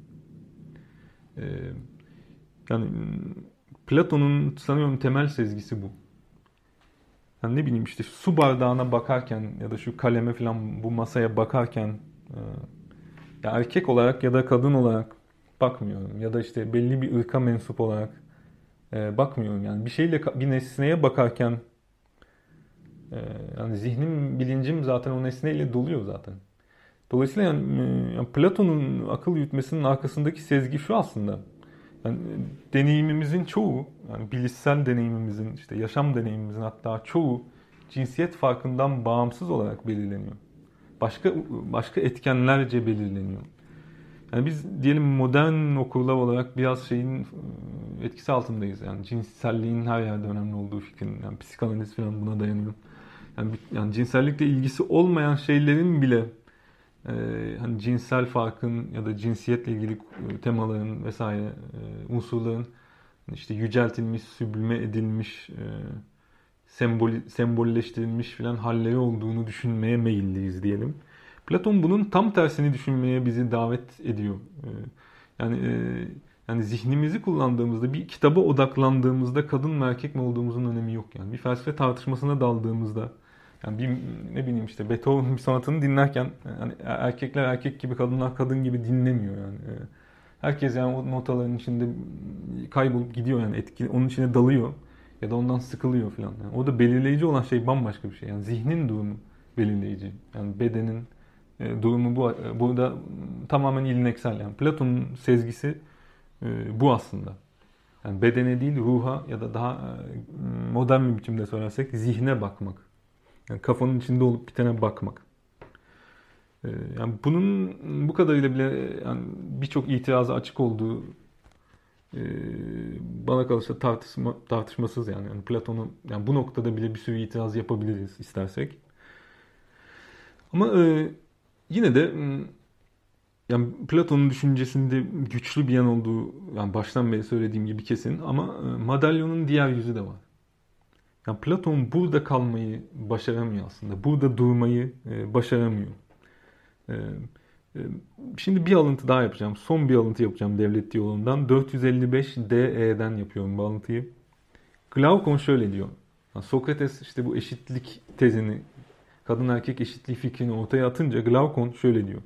S2: E, yani Platon'un sanıyorum temel sezgisi bu. Yani ne bileyim işte su bardağına bakarken ya da şu kaleme falan bu masaya bakarken e, ya erkek olarak ya da kadın olarak bakmıyorum. Ya da işte belli bir ırka mensup olarak e, bakmıyorum. Yani bir şeyle bir nesneye bakarken e, yani zihnim, bilincim zaten o nesneyle doluyor zaten. Dolayısıyla yani, e, yani Platon'un akıl yürütmesinin arkasındaki sezgi şu aslında. Yani deneyimimizin çoğu, yani bilişsel deneyimimizin, işte yaşam deneyimimizin hatta çoğu cinsiyet farkından bağımsız olarak belirleniyor. Başka başka etkenlerce belirleniyor. Yani biz diyelim modern okurlar olarak biraz şeyin etkisi altındayız. Yani cinselliğin her yerde önemli olduğu fikrinin, yani psikanaliz falan buna dayanıyor. Yani, yani cinsellikle ilgisi olmayan şeylerin bile e, hani cinsel farkın ya da cinsiyetle ilgili temaların vesaire e, unsurların işte yüceltilmiş, süblime edilmiş, e, sembol, sembolleştirilmiş filan halleri olduğunu düşünmeye meyilliyiz diyelim. Platon bunun tam tersini düşünmeye bizi davet ediyor. Yani yani zihnimizi kullandığımızda, bir kitaba odaklandığımızda kadın mı erkek mi olduğumuzun önemi yok yani. Bir felsefe tartışmasına daldığımızda, yani bir ne bileyim işte Beethoven bir sonatını dinlerken yani erkekler erkek gibi, kadınlar kadın gibi dinlemiyor yani. Herkes yani o notaların içinde kaybolup gidiyor yani, etki, onun içine dalıyor ya da ondan sıkılıyor falan. Yani o da belirleyici olan şey bambaşka bir şey. Yani zihnin durumu belirleyici. Yani bedenin e, durumu bu. Burada tamamen ilineksel. Yani Platon'un sezgisi e, bu aslında. Yani bedene değil ruha ya da daha e, modern bir biçimde söylersek zihne bakmak. Yani kafanın içinde olup bitene bakmak. E, yani bunun bu kadarıyla bile yani birçok itiraza açık olduğu e, bana kalırsa tartışma, tartışmasız yani. Yani Platon'un yani bu noktada bile bir sürü itiraz yapabiliriz istersek. Ama e, yine de yani Platon'un düşüncesinde güçlü bir yan olduğu yani baştan beri söylediğim gibi kesin, ama e, madalyonun diğer yüzü de var. Yani Platon burada kalmayı başaramıyor aslında. Burada durmayı e, başaramıyor. E, e, şimdi bir alıntı daha yapacağım. Son bir alıntı yapacağım Devlet Diyaloğu'ndan. dört yüz elli beş D E'den yapıyorum bu alıntıyı. Glaukon şöyle diyor. Yani Sokrates işte bu eşitlik tezini, kadın erkek eşitliği fikrini ortaya atınca Glaukon şöyle diyor.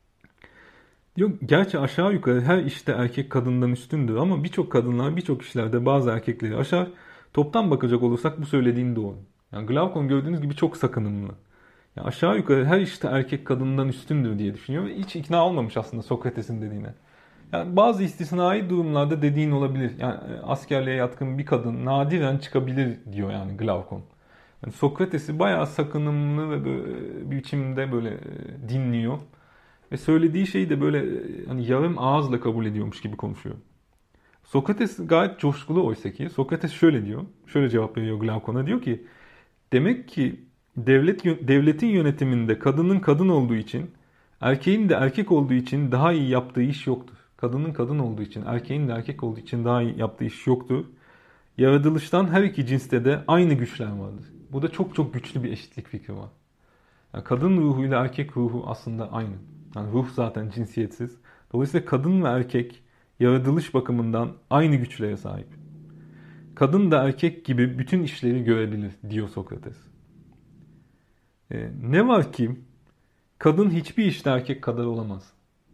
S2: Diyor, gerçi aşağı yukarı her işte erkek kadından üstündür ama birçok kadınlar birçok işlerde bazı erkekleri aşar. Toptan bakacak olursak bu söylediğin doğru. Yani Glaukon gördüğünüz gibi çok sakınımlı. Yani aşağı yukarı her işte erkek kadından üstündür diye düşünüyor ve hiç ikna olmamış aslında Sokrates'in dediğine. Yani bazı istisnai durumlarda dediğin olabilir. Yani askerliğe yatkın bir kadın nadiren çıkabilir diyor yani Glaukon. Yani Sokrates'i bayağı sakınımlı ve böyle bir biçimde böyle dinliyor. Ve söylediği şeyi de böyle hani yarım ağızla kabul ediyormuş gibi konuşuyor. Sokrates gayet coşkulu oysa ki. Sokrates şöyle diyor. Şöyle cevap veriyor Glaukon'a. Diyor ki demek ki devlet devletin yönetiminde kadının kadın olduğu için, erkeğin de erkek olduğu için daha iyi yaptığı iş yoktur. Kadının kadın olduğu için, erkeğin de erkek olduğu için daha iyi yaptığı iş yoktur. Yaratılıştan her iki cinste de aynı güçler vardır. Bu da çok çok güçlü bir eşitlik fikri var. Yani kadın ruhuyla erkek ruhu aslında aynı. Yani ruh zaten cinsiyetsiz. Dolayısıyla kadın ve erkek yaratılış bakımından aynı güçlere sahip. Kadın da erkek gibi bütün işleri görebilir diyor Sokrates. Ee, ne var ki kadın hiçbir işte erkek kadar olamaz.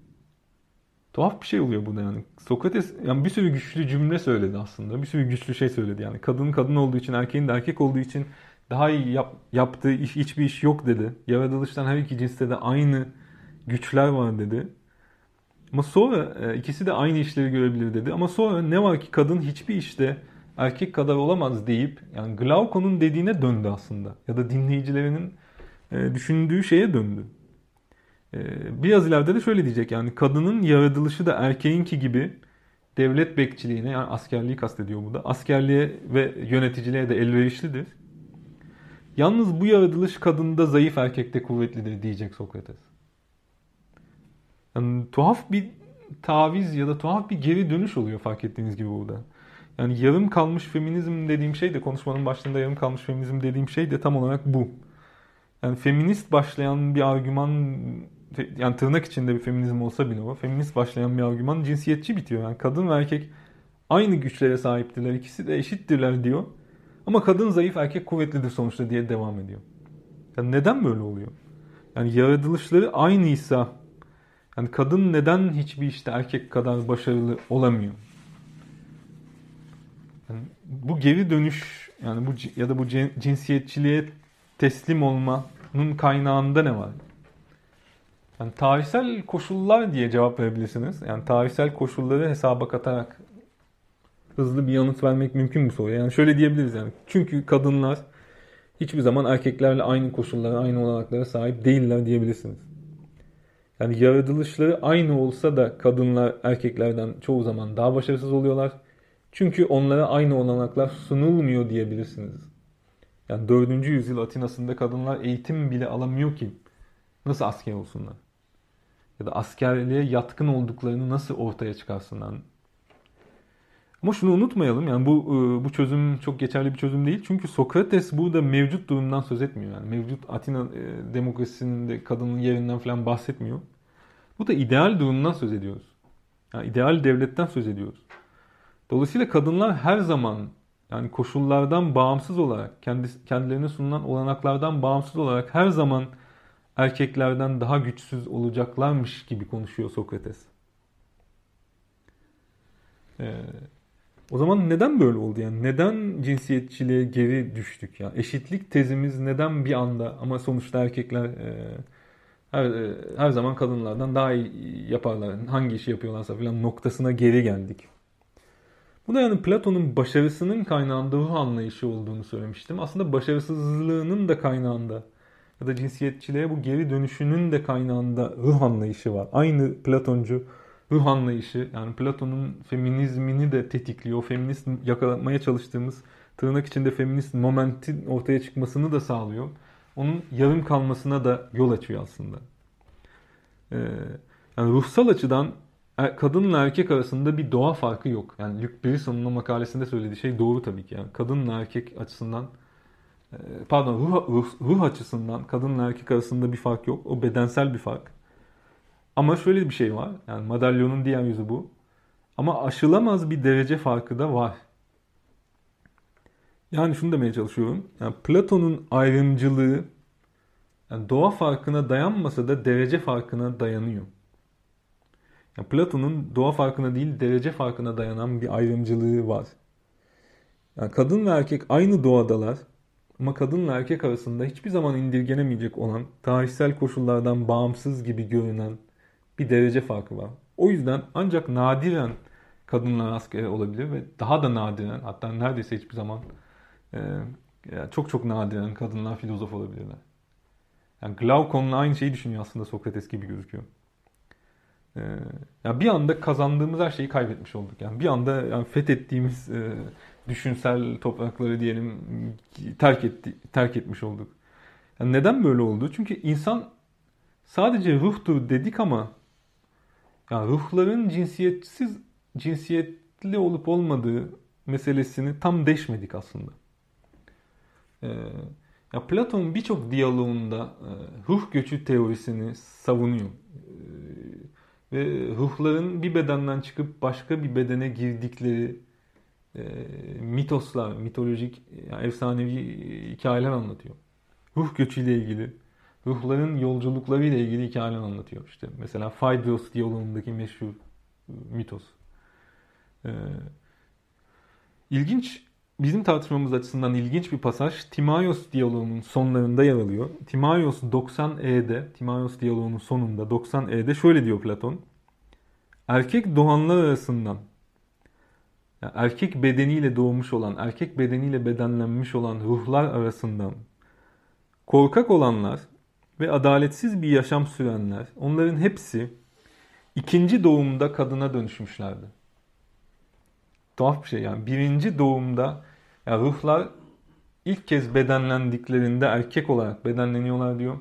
S2: Tuhaf bir şey oluyor burada yani. Sokrates yani bir sürü güçlü cümle söyledi aslında. Bir sürü güçlü şey söyledi yani. Kadın kadın olduğu için, erkeğin de erkek olduğu için daha iyi yap, yaptığı iş, hiçbir iş yok dedi. Yaratılıştan her iki cinste de aynı güçler var dedi. Ama sonra ikisi de aynı işleri görebilir dedi. Ama sonra ne var ki kadın hiçbir işte erkek kadar olamaz deyip yani Glaukon'un dediğine döndü aslında. Ya da dinleyicilerinin düşündüğü şeye döndü. Biraz ileride de şöyle diyecek, yani kadının yaratılışı da erkeğinki gibi devlet bekçiliğine, yani askerliği kastediyor bu da, askerliğe ve yöneticiliğe de elverişlidir. Yalnız bu yaratılış kadında zayıf, erkekte kuvvetlidir diyecek Sokrates. Yani tuhaf bir taviz ya da tuhaf bir geri dönüş oluyor fark ettiğiniz gibi burada. Yani yarım kalmış feminizm dediğim şey de, konuşmanın başında yarım kalmış feminizm dediğim şey de tam olarak bu. Yani feminist başlayan bir argüman, yani tırnak içinde bir feminizm olsa bile o, feminist başlayan bir argüman cinsiyetçi bitiyor. Yani kadın ve erkek aynı güçlere sahiptirler, ikisi de eşittirler diyor. Ama kadın zayıf, erkek kuvvetlidir sonuçta diye devam ediyor. Yani neden böyle oluyor? Yani yaratılışları aynıysa, yani kadın neden hiçbir işte erkek kadar başarılı olamıyor? Yani bu geri dönüş, yani bu ya da bu cinsiyetçiliğe teslim olmanın kaynağında ne var? Yani tarihsel koşullar diye cevap verebilirsiniz. Yani tarihsel koşulları hesaba katarak hızlı bir yanıt vermek mümkün bu soruya. Yani şöyle diyebiliriz yani. Çünkü kadınlar hiçbir zaman erkeklerle aynı koşullara, aynı olanaklara sahip değiller diyebilirsiniz. Yani yaratılışları aynı olsa da kadınlar erkeklerden çoğu zaman daha başarısız oluyorlar. Çünkü onlara aynı olanaklar sunulmuyor diyebilirsiniz. Yani dördüncü yüzyıl Atina'sında kadınlar eğitim bile alamıyor ki nasıl asker olsunlar? Ya da askerliğe yatkın olduklarını nasıl ortaya çıkarsınlar? Ama şunu unutmayalım, yani bu bu çözüm çok geçerli bir çözüm değil. Çünkü Sokrates burada mevcut durumdan söz etmiyor. Yani mevcut Atina demokrasisinde kadının yerinden falan bahsetmiyor. Bu da ideal durumdan söz ediyoruz. Yani ideal devletten söz ediyoruz. Dolayısıyla kadınlar her zaman, yani koşullardan bağımsız olarak, kendi, kendilerine sunulan olanaklardan bağımsız olarak her zaman erkeklerden daha güçsüz olacaklarmış gibi konuşuyor Sokrates. Ee, o zaman neden böyle oldu? Yani neden cinsiyetçiliğe geri düştük? Ya eşitlik tezimiz neden bir anda, ama sonuçta erkekler e, her, e, her zaman kadınlardan daha iyi yaparlar, hangi işi yapıyorlarsa falan noktasına geri geldik. Bu da yani Platon'un başarısının kaynağında ruh anlayışı olduğunu söylemiştim. Aslında başarısızlığının da kaynağında ya da cinsiyetçiliğe bu geri dönüşünün de kaynağında ruh anlayışı var. Aynı Platoncu ruh anlayışı, yani Platon'un feminizmini de tetikliyor. O feminist yakalamaya çalıştığımız, tırnak içinde feminist momentin ortaya çıkmasını da sağlıyor. Onun yarım kalmasına da yol açıyor aslında. Ee, yani ruhsal açıdan kadınla erkek arasında bir doğa farkı yok. Yani Luc Brisson'un makalesinde söylediği şey doğru tabii ki. Yani kadınla erkek açısından, pardon ruh, ruh, ruh açısından kadınla erkek arasında bir fark yok. O bedensel bir fark. Ama şöyle bir şey var. Yani madalyonun diğer yüzü bu. Ama aşılamaz bir derece farkı da var. Yani şunu demeye çalışıyorum. Yani Platon'un ayrımcılığı, yani doğa farkına dayanmasa da derece farkına dayanıyor. Yani Platon'un doğa farkına değil, derece farkına dayanan bir ayrımcılığı var. Yani kadın ve erkek aynı doğadalar ama kadınla erkek arasında hiçbir zaman indirgenemeyecek olan, tarihsel koşullardan bağımsız gibi görünen bir derece farkı var. O yüzden ancak nadiren kadınlar asker olabilir ve daha da nadiren, hatta neredeyse hiçbir zaman, e, yani çok çok nadiren kadınlar filozof olabilirler. Yani Glaukon'la aynı şeyi düşünüyor aslında Sokrates gibi gözüküyor. Ee, yani bir anda kazandığımız her şeyi kaybetmiş olduk. Yani bir anda yani fethettiğimiz e, düşünsel toprakları diyelim terk etti, terk etmiş olduk. Yani neden böyle oldu? Çünkü insan sadece ruhtur dedik ama yani ruhların cinsiyetsiz, cinsiyetli olup olmadığı meselesini tam deşmedik aslında. Ee, ya Platon birçok diyaloğunda e, ruh göçü teorisini savunuyor. Ee, Ve ruhların bir bedenden çıkıp başka bir bedene girdikleri e, mitoslar, mitolojik, yani efsanevi hikayeler anlatıyor. Ruh göçüyle ilgili, ruhların yolculukları ile ilgili hikayeler anlatıyor. İşte mesela Phaedrus diyaloğundaki meşhur mitos. Ee, ilginç, bizim tartışmamız açısından ilginç bir pasaj Timaios diyaloğunun sonlarında yer alıyor. Timaios doksan E'de, Timaios diyaloğunun sonunda doksan E'de şöyle diyor Platon. Erkek doğanlar arasından, yani erkek bedeniyle doğmuş olan, erkek bedeniyle bedenlenmiş olan ruhlar arasından korkak olanlar ve adaletsiz bir yaşam sürenler, onların hepsi ikinci doğumda kadına dönüşmüşlerdi. Tuhaf bir şey yani. Birinci doğumda yani ruhlar ilk kez bedenlendiklerinde erkek olarak bedenleniyorlar diyor.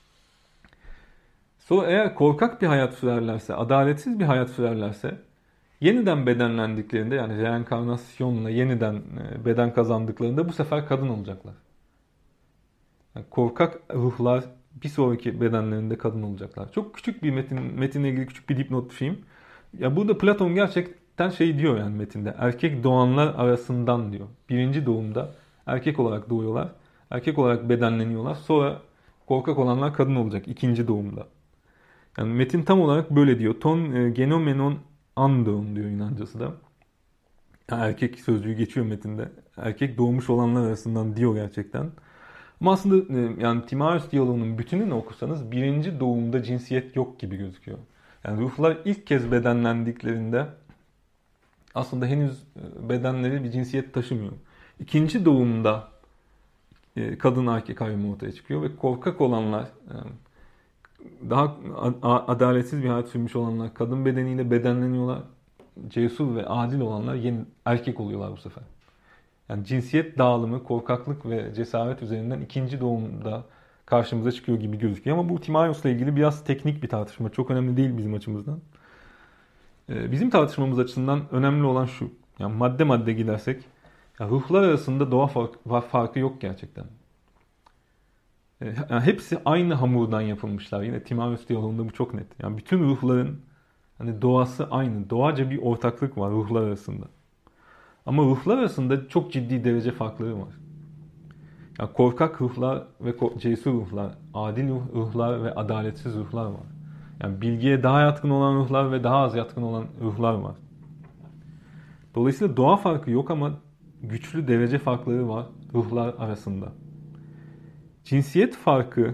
S2: Sonra eğer korkak bir hayat sürerlerse, adaletsiz bir hayat sürerlerse yeniden bedenlendiklerinde yani reenkarnasyonla yeniden beden kazandıklarında bu sefer kadın olacaklar. Yani korkak ruhlar bir sonraki bedenlerinde kadın olacaklar. Çok küçük bir metin, metinle ilgili küçük bir dipnot düşeyim. Ya burada Platon gerçekten şey diyor yani metinde. Erkek doğanlar arasından diyor. Birinci doğumda erkek olarak doğuyorlar. Erkek olarak bedenleniyorlar. Sonra korkak olanlar kadın olacak ikinci doğumda. Yani metin tam olarak böyle diyor. Ton e, genomenon andon diyor Yunancası da. Yani erkek sözcüğü geçiyor metinde. Erkek doğmuş olanlar arasından diyor gerçekten. Ama aslında e, yani Timaeus diyaloğunun bütününü okursanız birinci doğumda cinsiyet yok gibi gözüküyor. Yani ruhlar ilk kez bedenlendiklerinde aslında henüz bedenleri bir cinsiyet taşımıyor. İkinci doğumda e, kadın erkek ayrımı ortaya çıkıyor ve korkak olanlar e, daha adaletsiz bir hayat sürmüş olanlar kadın bedeniyle bedenleniyorlar. Cesur ve adil olanlar yeni erkek oluyorlar bu sefer. Yani cinsiyet dağılımı, korkaklık ve cesaret üzerinden ikinci doğumda karşımıza çıkıyor gibi gözüküyor. Ama bu Timaeus'la ilgili biraz teknik bir tartışma. Çok önemli değil bizim açımızdan. Bizim tartışmamız açısından önemli olan şu. Yani madde madde gidersek, yani ruhlar arasında doğa farkı yok gerçekten. Yani hepsi aynı hamurdan yapılmışlar. Yine Timaeus diyaloğunda bu çok net. Yani bütün ruhların hani doğası aynı. Doğaca bir ortaklık var ruhlar arasında. Ama ruhlar arasında çok ciddi derece farkları var. Yani korkak ruhlar ve cesur ruhlar, adil ruhlar ve adaletsiz ruhlar var. Yani bilgiye daha yatkın olan ruhlar ve daha az yatkın olan ruhlar var. Dolayısıyla doğa farkı yok ama güçlü derece farkları var ruhlar arasında. Cinsiyet farkı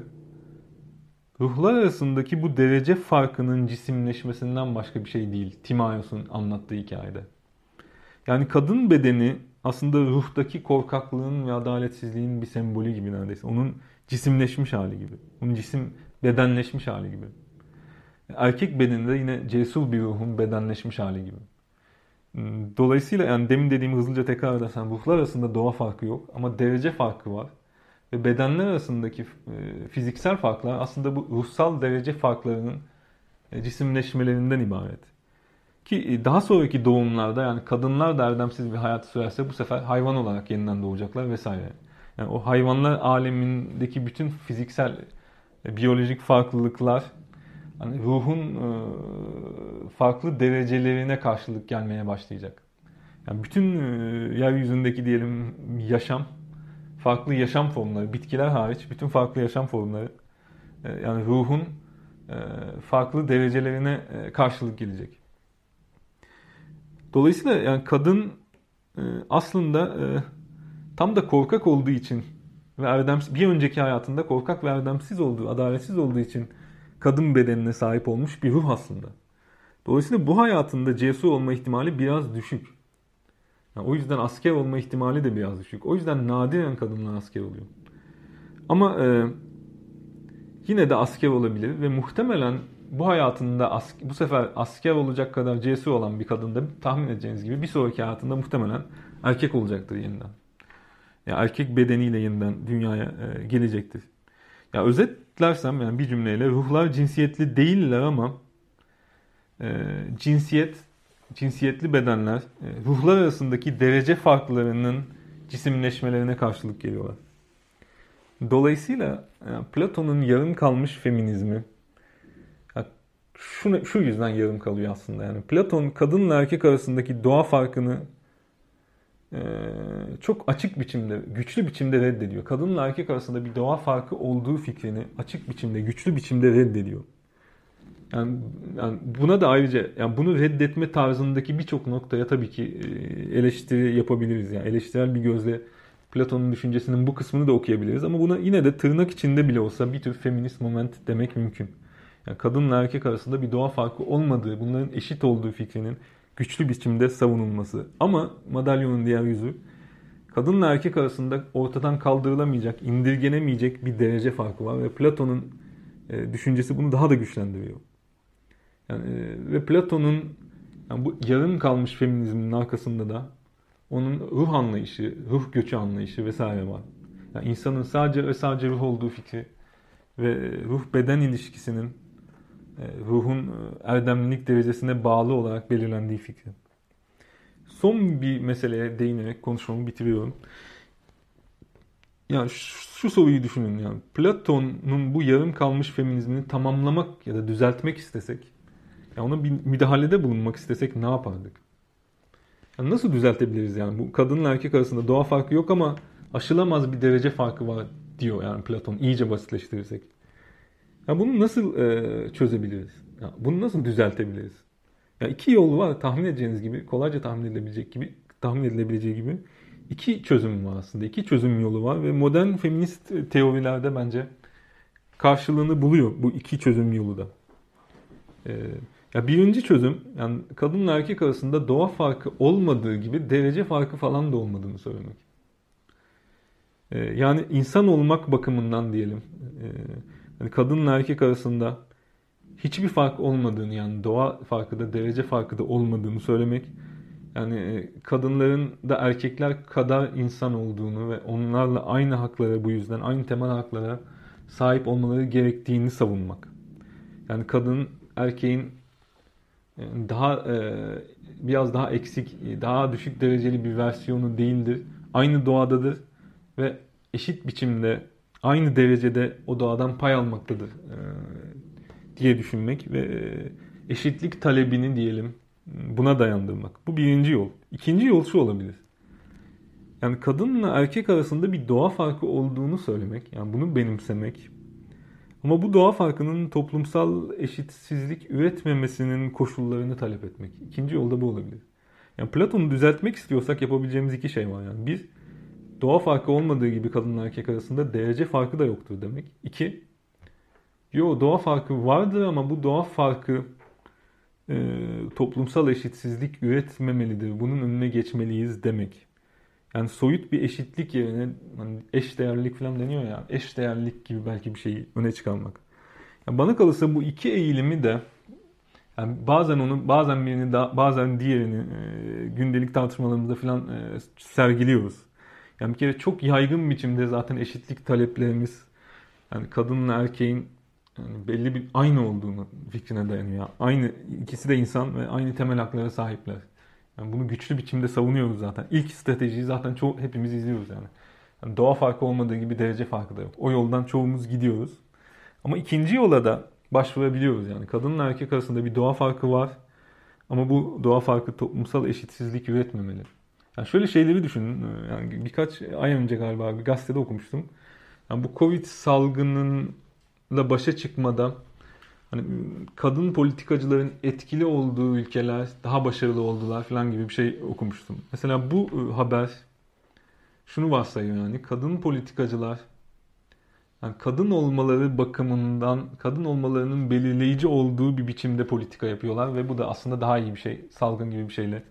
S2: ruhlar arasındaki bu derece farkının cisimleşmesinden başka bir şey değil. Timaeus'un anlattığı hikayede. Yani kadın bedeni aslında ruhtaki korkaklığın ve adaletsizliğin bir sembolü gibi neredeyse. Onun cisimleşmiş hali gibi. Onun cisim bedenleşmiş hali gibi. Erkek bedeninde yine cesur bir ruhun bedenleşmiş hali gibi. Dolayısıyla yani demin dediğim hızlıca tekrar edersem ruhlar arasında doğa farkı yok ama derece farkı var. Ve bedenler arasındaki fiziksel farklar aslında bu ruhsal derece farklarının cisimleşmelerinden ibaret. Ki daha sonraki doğumlarda yani kadınlar da erdemsiz bir hayat sürerse bu sefer hayvan olarak yeniden doğacaklar vesaire. Yani o hayvanlar alemindeki bütün fiziksel, biyolojik farklılıklar hani ruhun farklı derecelerine karşılık gelmeye başlayacak. Yani bütün yeryüzündeki diyelim yaşam, farklı yaşam formları, bitkiler hariç bütün farklı yaşam formları yani ruhun farklı derecelerine karşılık gelecek. Dolayısıyla yani kadın aslında tam da korkak olduğu için ve erdemsiz, bir önceki hayatında korkak ve erdemsiz olduğu, adaletsiz olduğu için kadın bedenine sahip olmuş bir ruh aslında. Dolayısıyla bu hayatında cesur olma ihtimali biraz düşük. Yani o yüzden asker olma ihtimali de biraz düşük. O yüzden nadiren kadınlar asker oluyor. Ama e, yine de asker olabilir ve muhtemelen bu hayatında as- bu sefer asker olacak kadar cesur olan bir kadın da tahmin edeceğiniz gibi bir sonraki hayatında muhtemelen erkek olacaktır yeniden. Yani erkek bedeniyle yeniden dünyaya e, gelecektir. Ya özetlersem yani bir cümleyle ruhlar cinsiyetli değiller ama e, cinsiyet cinsiyetli bedenler e, ruhlar arasındaki derece farklarının cisimleşmelerine karşılık geliyorlar. Dolayısıyla yani Platon'un yarım kalmış feminizmi yani şu, şu yüzden yarım kalıyor aslında. Yani Platon kadınla erkek arasındaki doğa farkını e, çok açık biçimde, güçlü biçimde reddediyor. Kadınla erkek arasında bir doğa farkı olduğu fikrini açık biçimde, güçlü biçimde reddediyor. Yani, yani buna da ayrıca yani bunu reddetme tarzındaki birçok noktaya tabii ki eleştiri yapabiliriz. Yani eleştirel bir gözle Platon'un düşüncesinin bu kısmını da okuyabiliriz. Ama buna yine de tırnak içinde bile olsa bir tür feminist moment demek mümkün. Yani kadınla erkek arasında bir doğa farkı olmadığı, bunların eşit olduğu fikrinin güçlü biçimde savunulması. Ama madalyonun diğer yüzü, kadınla erkek arasında ortadan kaldırılamayacak, indirgenemeyecek bir derece farkı var. Ve Platon'un e, düşüncesi bunu daha da güçlendiriyor. Yani, e, ve Platon'un yani bu yarım kalmış feminizmin arkasında da onun ruh anlayışı, ruh göçü anlayışı vesaire var. Yani insanın sadece ve sadece ruh olduğu fikri ve ruh-beden ilişkisinin ruhun erdemlilik derecesine bağlı olarak belirlendiği fikri. Son bir meseleye değinerek konuşmamı bitiriyorum. Yani şu, şu soruyu düşünün yani. Platon'un bu yarım kalmış feminizmini tamamlamak ya da düzeltmek istesek, yani ona bir müdahalede bulunmak istesek ne yapardık? Yani nasıl düzeltebiliriz yani? Bu kadınla erkek arasında doğa farkı yok ama aşılamaz bir derece farkı var diyor yani Platon, iyice basitleştirirsek. Ya bunu nasıl e, çözebiliriz? Ya bunu nasıl düzeltebiliriz? Ya iki yol var tahmin edeceğiniz gibi, kolayca tahmin edilebilecek gibi, tahmin edilebileceği gibi iki çözüm var aslında. İki çözüm yolu var ve modern feminist teorilerde bence karşılığını buluyor bu iki çözüm yolu da. Ee, ya birinci çözüm, yani kadınla erkek arasında doğa farkı olmadığı gibi derece farkı falan da olmadığını söylemek. Ee, yani insan olmak bakımından diyelim. Ee, yani kadınla erkek arasında hiçbir fark olmadığını, yani doğa farkı da derece farkı da olmadığını söylemek, yani kadınların da erkekler kadar insan olduğunu ve onlarla aynı haklara, bu yüzden aynı temel haklara sahip olmaları gerektiğini savunmak. Yani kadın erkeğin daha biraz daha eksik, daha düşük dereceli bir versiyonu değildir. Aynı doğadadır ve eşit biçimde, aynı derecede o doğadan pay almaktadır diye düşünmek ve eşitlik talebini diyelim buna dayandırmak. Bu birinci yol. İkinci yol şu olabilir. Yani kadınla erkek arasında bir doğa farkı olduğunu söylemek, yani bunu benimsemek. Ama bu doğa farkının toplumsal eşitsizlik üretmemesinin koşullarını talep etmek. İkinci yol da bu olabilir. Yani Platon'u düzeltmek istiyorsak yapabileceğimiz iki şey var. Yani bir, doğa farkı olmadığı gibi kadınla erkek arasında derece farkı da yoktur demek. İki, yo doğa farkı vardır ama bu doğa farkı e, toplumsal eşitsizlik üretmemelidir. Bunun önüne geçmeliyiz demek. Yani soyut bir eşitlik yerine hani eşdeğerlilik falan deniyor ya, eşdeğerlilik gibi belki bir şeyi öne çıkarmak. Yani bana kalırsa bu iki eğilimi de yani bazen onu, bazen birini, bazen diğerini e, gündelik tartışmalarımızda falan e, sergiliyoruz. Yani bir kere çok yaygın biçimde zaten eşitlik taleplerimiz, yani kadınla erkeğin yani belli bir aynı olduğunu fikrine dayanıyor. Aynı, ikisi de insan ve aynı temel haklara sahipler. Yani bunu güçlü biçimde savunuyoruz zaten. İlk stratejiyi zaten çoğu, hepimiz izliyoruz yani. Yani doğa farkı olmadığı gibi derece farkı da yok. O yoldan çoğumuz gidiyoruz. Ama ikinci yola da başvurabiliyoruz yani. Kadınla erkek arasında bir doğa farkı var. Ama bu doğa farkı toplumsal eşitsizlik üretmemeli. Yani şöyle şeyleri düşünün. Yani birkaç ay önce galiba bir gazetede okumuştum. Yani bu Covid salgınıyla başa çıkmada hani kadın politikacıların etkili olduğu ülkeler daha başarılı oldular falan gibi bir şey okumuştum. Mesela bu haber şunu varsayıyor, yani kadın politikacılar yani kadın olmaları bakımından kadın olmalarının belirleyici olduğu bir biçimde politika yapıyorlar ve bu da aslında daha iyi bir şey, salgın gibi bir şeyle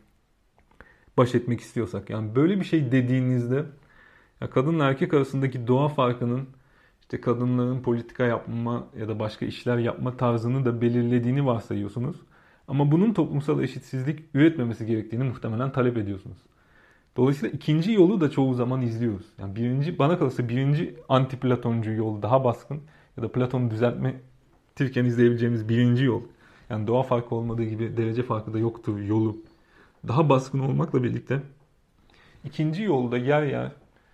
S2: baş etmek istiyorsak. Yani böyle bir şey dediğinizde ya kadınla erkek arasındaki doğa farkının işte kadınların politika yapma ya da başka işler yapma tarzını da belirlediğini varsayıyorsunuz. Ama bunun toplumsal eşitsizlik üretmemesi gerektiğini muhtemelen talep ediyorsunuz. Dolayısıyla ikinci yolu da çoğu zaman izliyoruz. Yani birinci, bana kalırsa birinci anti-Platoncu yol daha baskın ya da Platon'u düzeltmetirken izleyebileceğimiz birinci yol. Yani doğa farkı olmadığı gibi derece farkı da yoktur yolu daha baskın olmakla birlikte ikinci yolda yer yer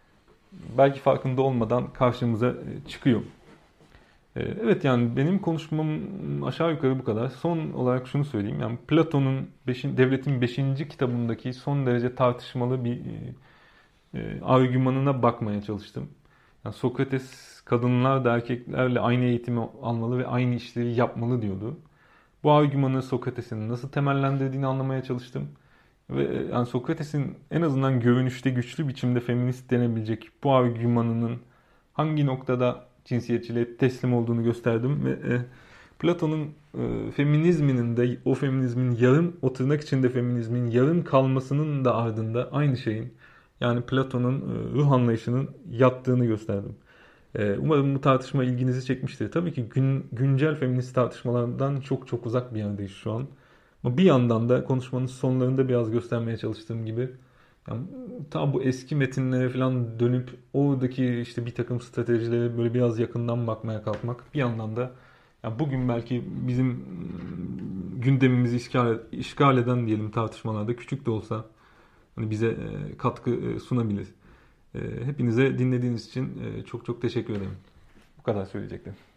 S2: belki farkında olmadan karşımıza çıkıyor. Evet, yani benim konuşmam aşağı yukarı bu kadar. Son olarak şunu söyleyeyim. Yani Platon'un beşin, Devletin beşinci kitabındaki son derece tartışmalı bir e, argümanına bakmaya çalıştım. Yani Sokrates kadınlar da erkeklerle aynı eğitimi almalı ve aynı işleri yapmalı diyordu. Bu argümanı Sokrates'in nasıl temellendirdiğini anlamaya çalıştım. Ve yani Sokrates'in en azından görünüşte güçlü biçimde feminist denebilecek bu argümanının hangi noktada cinsiyetçiliğe teslim olduğunu gösterdim ve e, Platon'un e, feminizminin de o feminizmin yarım, o tırnak içinde feminizmin yarım kalmasının da ardında aynı şeyin, yani Platon'un e, ruh anlayışının yattığını gösterdim. Umarım bu tartışma ilginizi çekmiştir. Tabii ki gün, güncel feminist tartışmalardan çok çok uzak bir yerdeyiz şu an. Ama bir yandan da konuşmanın sonlarında biraz göstermeye çalıştığım gibi yani ta bu eski metinlere falan dönüp oradaki işte bir takım stratejilere böyle biraz yakından bakmaya kalkmak bir yandan da yani bugün belki bizim gündemimizi işgal, işgal eden diyelim tartışmalarda küçük de olsa hani bize katkı sunabilir. Hepinize dinlediğiniz için çok çok teşekkür ederim. Bu kadar söyleyecektim.